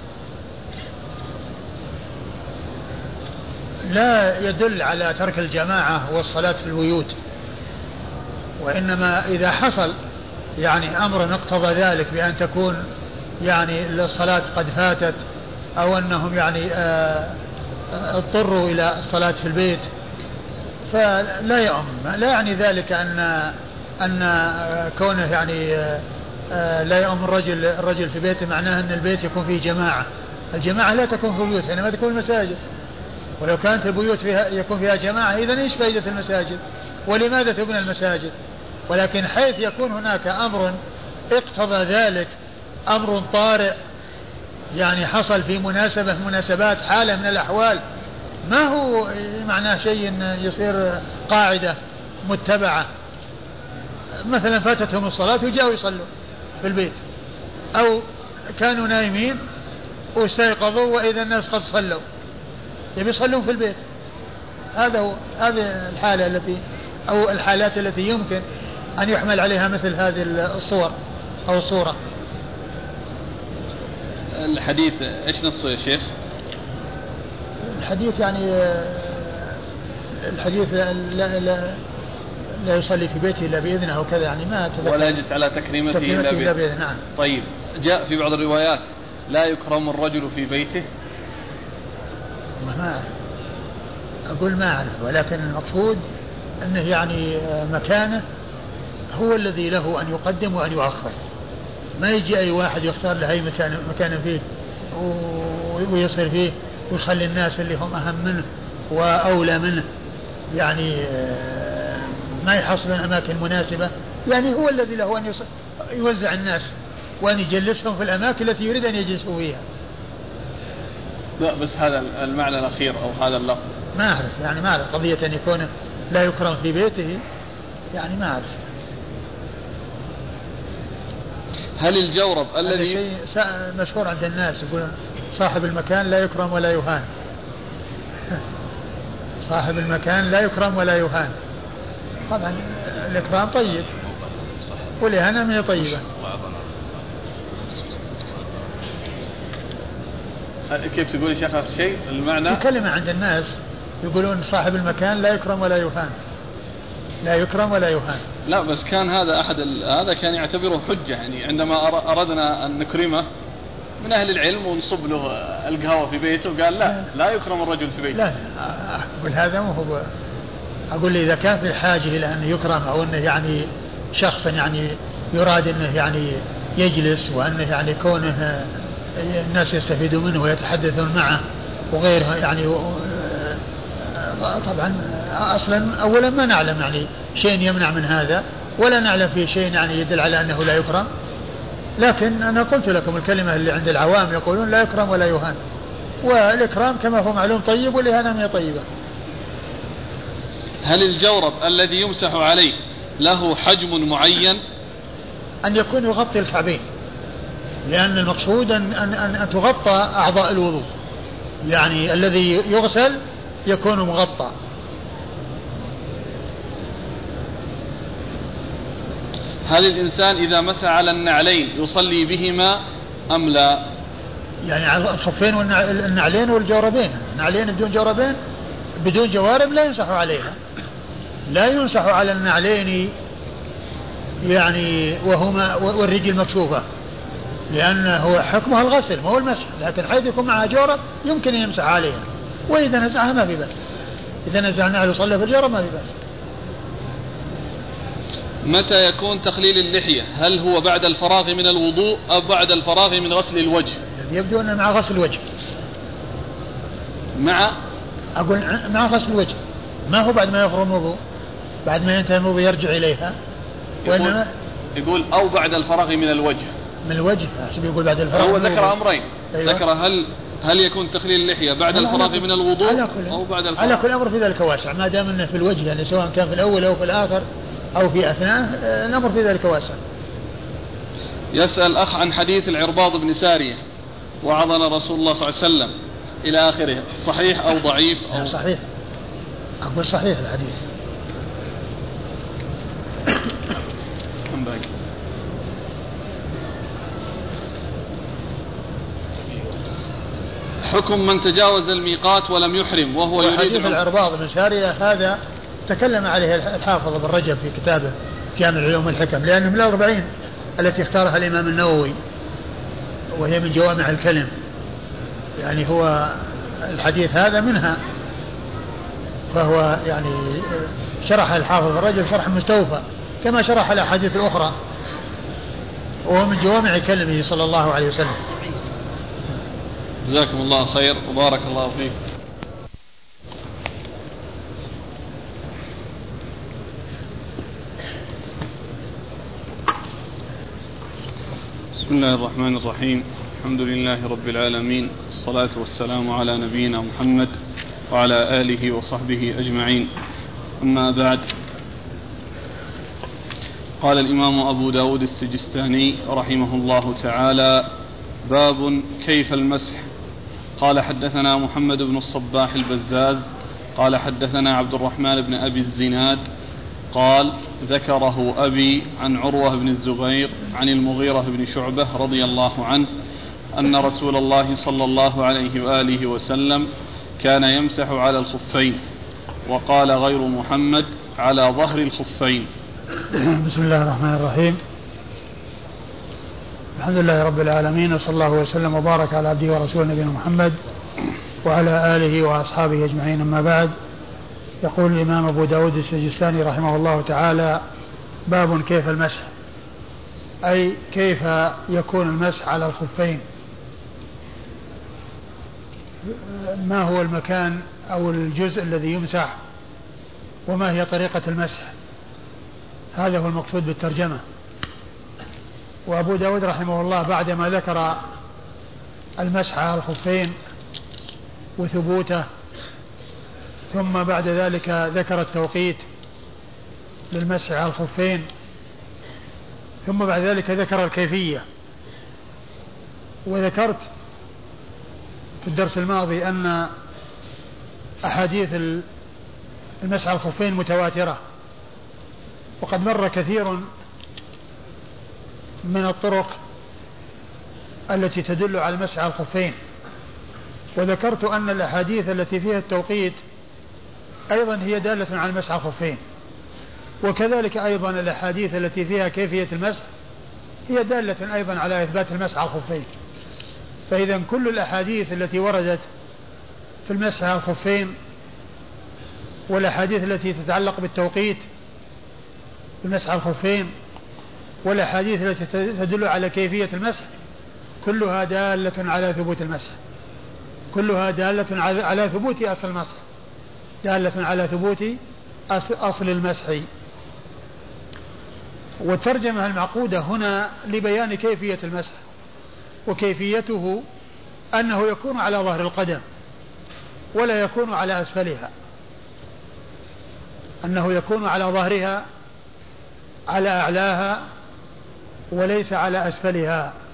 لا يدل على ترك الجماعة والصلاة في البيوت، وإنما إذا حصل يعني أمر اقتضى ذلك بأن تكون يعني الصلاة قد فاتت أو أنهم يعني اضطروا إلى الصلاة في البيت فلا يؤم. لا يعني ذلك أن أن كونه يعني لا يؤم الرجل الرجل في بيته معناه أن البيت يكون فيه جماعة. الجماعة لا تكون في البيوت إنما تكون المساجد، ولو كانت البيوت فيها يكون فيها جماعة إذن إيش فائدة المساجد ولماذا تبنى المساجد؟ ولكن حيث يكون هناك أمر اقتضى ذلك، أمر طارئ يعني حصل في مناسبة مناسبات حالة من الأحوال، ما هو معناه شيء يصير قاعدة متبعة. مثلا فاتتهم الصلاة وجاءوا يصلوا في البيت، أو كانوا نايمين واستيقظوا وإذا الناس قد صلوا يبي يصلون في البيت. هذا هو هذه الحالة التي أو الحالات التي يمكن أن يحمل عليها مثل هذه الصور أو الصورة. الحديث إيش نصه يا شيخ؟ الحديث يعني الحديث لا, لا, لا, لا يصلي في بيته إلا بإذنه أو كذا يعني ما تذكر. ولا يجلس على تكريمته إلا بإذنه. بإذن. نعم. طيب جاء في بعض الروايات لا يكرم الرجل في بيته. ما أقول ما أعرف، ولكن المقصود أنه يعني مكانه هو الذي له أن يقدم وأن يؤخر. ما يجي أي واحد يختار له أي مكان مكان فيه ويصير فيه ويخلي الناس اللي هم أهم منه وأولى منه يعني ما يحصلون أماكن مناسبة. يعني هو الذي له أن يوزع الناس وأن يجلسهم في الأماكن التي يريد أن يجلسوا فيها. لا بس هذا المعنى الأخير أو هذا اللفظ ما أعرف يعني ما أعرف قضية أن يكون لا يكرم في بيته يعني ما أعرف. هل الجورب الذي شيء مشهور عند الناس يقول صاحب المكان لا يكرم ولا يهان. صاحب المكان لا يكرم ولا يهان. طبعا الإكرام طيب والإهانة من طيبة. كيف تقول يا شيخ شيء المعنى؟ كلمة عند الناس يقولون صاحب المكان لا يكرم ولا يهان. لا يكرم ولا يهان. لا بس كان هذا أحد هذا كان يعتبره حجة يعني عندما أردنا أن نكرمه من أهل العلم ونصب له القهوة في بيته قال لا لا يكرم الرجل في بيته. لا أقول هذا مو هو. أقول لي إذا كان في الحاجة إلى أن يكرم أو أنه يعني شخصا يعني يراد أنه يعني يجلس وأنه يعني كونه الناس يستفيدوا منه ويتحدثون معه وغيره يعني طبعا أصلا أولا ما نعلم يعني شيء يمنع من هذا ولا نعلم فيه شيء يعني يدل على أنه لا يكرم. لكن أنا قلت لكم الكلمة اللي عند العوام يقولون لا يكرم ولا يهان. والإكرام كما هو معلوم طيب والإهانة من طيبة. هل الجورب الذي يمسح عليه له حجم معين؟ أن يكون يغطي الكعبين، لأن المقصود أن, أن, أن, أن تغطى أعضاء الوضوء، يعني الذي يغسل يكون مغطى. هل الإنسان إذا مسح على النعلين يصلي بهما أم لا؟ يعني على الخفين والنعلين والجوربين. النعلين بدون جوربين بدون جوارب لا يمسح عليها. لا يمسح على النعلين يعني وهما والرجل مكشوفة، لأنه حكمها الغسل ما هو المسح، لكن حيث يكون معها جورب يمكن أن يمسح عليها، وإذا نزعها ما في بأس. إذا نزع النعل وصلى في الجورب ما في بأس. متى يكون تخليل اللحية؟ هل هو بعد الفراغ من الوضوء أو بعد الفراغ من غسل الوجه؟ يبدو أنه مع غسل الوجه. مع أقول مع غسل الوجه، ما هو بعد ما يفرغ الوضوء، بعد ما ينتهي الوضوء يرجع إليها. يقول, يقول أو بعد الفراغ من الوجه. من الوجه أحسب يقول بعد الفراغ. هو ذكر أمرين. أيوة. ذكر هل هل يكون تخليل اللحية بعد الفراغ من الوضوء أو بعد الفراغ؟ على كل أمر في ذلك واسع، ما دام أنه في الوجه يعني سواء كان في الأول أو في الآخر أو في أثناء، الأمر في ذلك واسع. يسأل أخ عن حديث العرباض بن سارية وعظنا رسول الله صلى الله عليه وسلم إلى آخره، صحيح أو ضعيف أو صحيح؟ أقول صحيح الحديث. حكم من تجاوز الميقات ولم يحرم وهو يريد حديث العرباض بن سارية هذا تكلم عليه الحافظ ابن رجب في كتابه جامع العلوم والحكم، لأنه من الأربعين التي اختارها الإمام النووي وهي من جوامع الكلم، يعني هو الحديث هذا منها، فهو يعني شرح الحافظ الرجل شرح مستوفى كما شرح الأحاديث الأخرى، وهو من جوامع كلمه صلى الله عليه وسلم. جزاكم الله خير وبارك الله فيك. بسم الله الرحمن الرحيم، الحمد لله رب العالمين، الصلاة والسلام على نبينا محمد وعلى آله وصحبه أجمعين، أما بعد. قال الإمام أبو داود السجستاني رحمه الله تعالى: باب كيف المسح. قال حدثنا محمد بن الصباح البزاز قال حدثنا عبد الرحمن بن أبي الزناد قال ذكره أبي عن عروة بن الزبير عن المغيرة بن شعبة رضي الله عنه أن رسول الله صلى الله عليه وآله وسلم كان يمسح على الخفين، وقال غير محمد على ظهر الخفين. بسم الله الرحمن الرحيم. الحمد لله رب العالمين، وصلى الله وسلم وبارك على عبده ورسوله نبينا محمد وعلى آله وأصحابه أجمعين. أما بعد، يقول الإمام أبو داود السجستاني رحمه الله تعالى: باب كيف المسح، أي كيف يكون المسح على الخفين، ما هو المكان أو الجزء الذي يمسح، وما هي طريقة المسح. هذا هو المقصود بالترجمة. وأبو داود رحمه الله بعدما ذكر المسح على الخفين وثبوته، ثم بعد ذلك ذكر التوقيت للمسح على الخفين، ثم بعد ذلك ذكر الكيفية. وذكرت في الدرس الماضي أن أحاديث المسح على الخفين متواترة، وقد مر كثير من الطرق التي تدل على المسح على الخفين. وذكرت أن الأحاديث التي فيها التوقيت أيضا هي دالة على المسح على الخفين، وكذلك أيضا الأحاديث التي فيها كيفية المسح هي دالة أيضا على إثبات المسح على الخفين. فإذا كل الأحاديث التي وردت في المسح على الخفين، والأحاديث التي تتعلق بالتوقيت في المسح على الخفين، والأحاديث التي تدل على كيفية المسح، كلها دالة على ثبوت المسح، كلها دالة على ثبوت أصل المسح، دالة على ثبوت أصل المسح. والترجمة المعقودة هنا لبيان كيفية المسح، وكيفيته أنه يكون على ظهر القدم ولا يكون على أسفلها، أنه يكون على ظهرها على أعلاها وليس على أسفلها.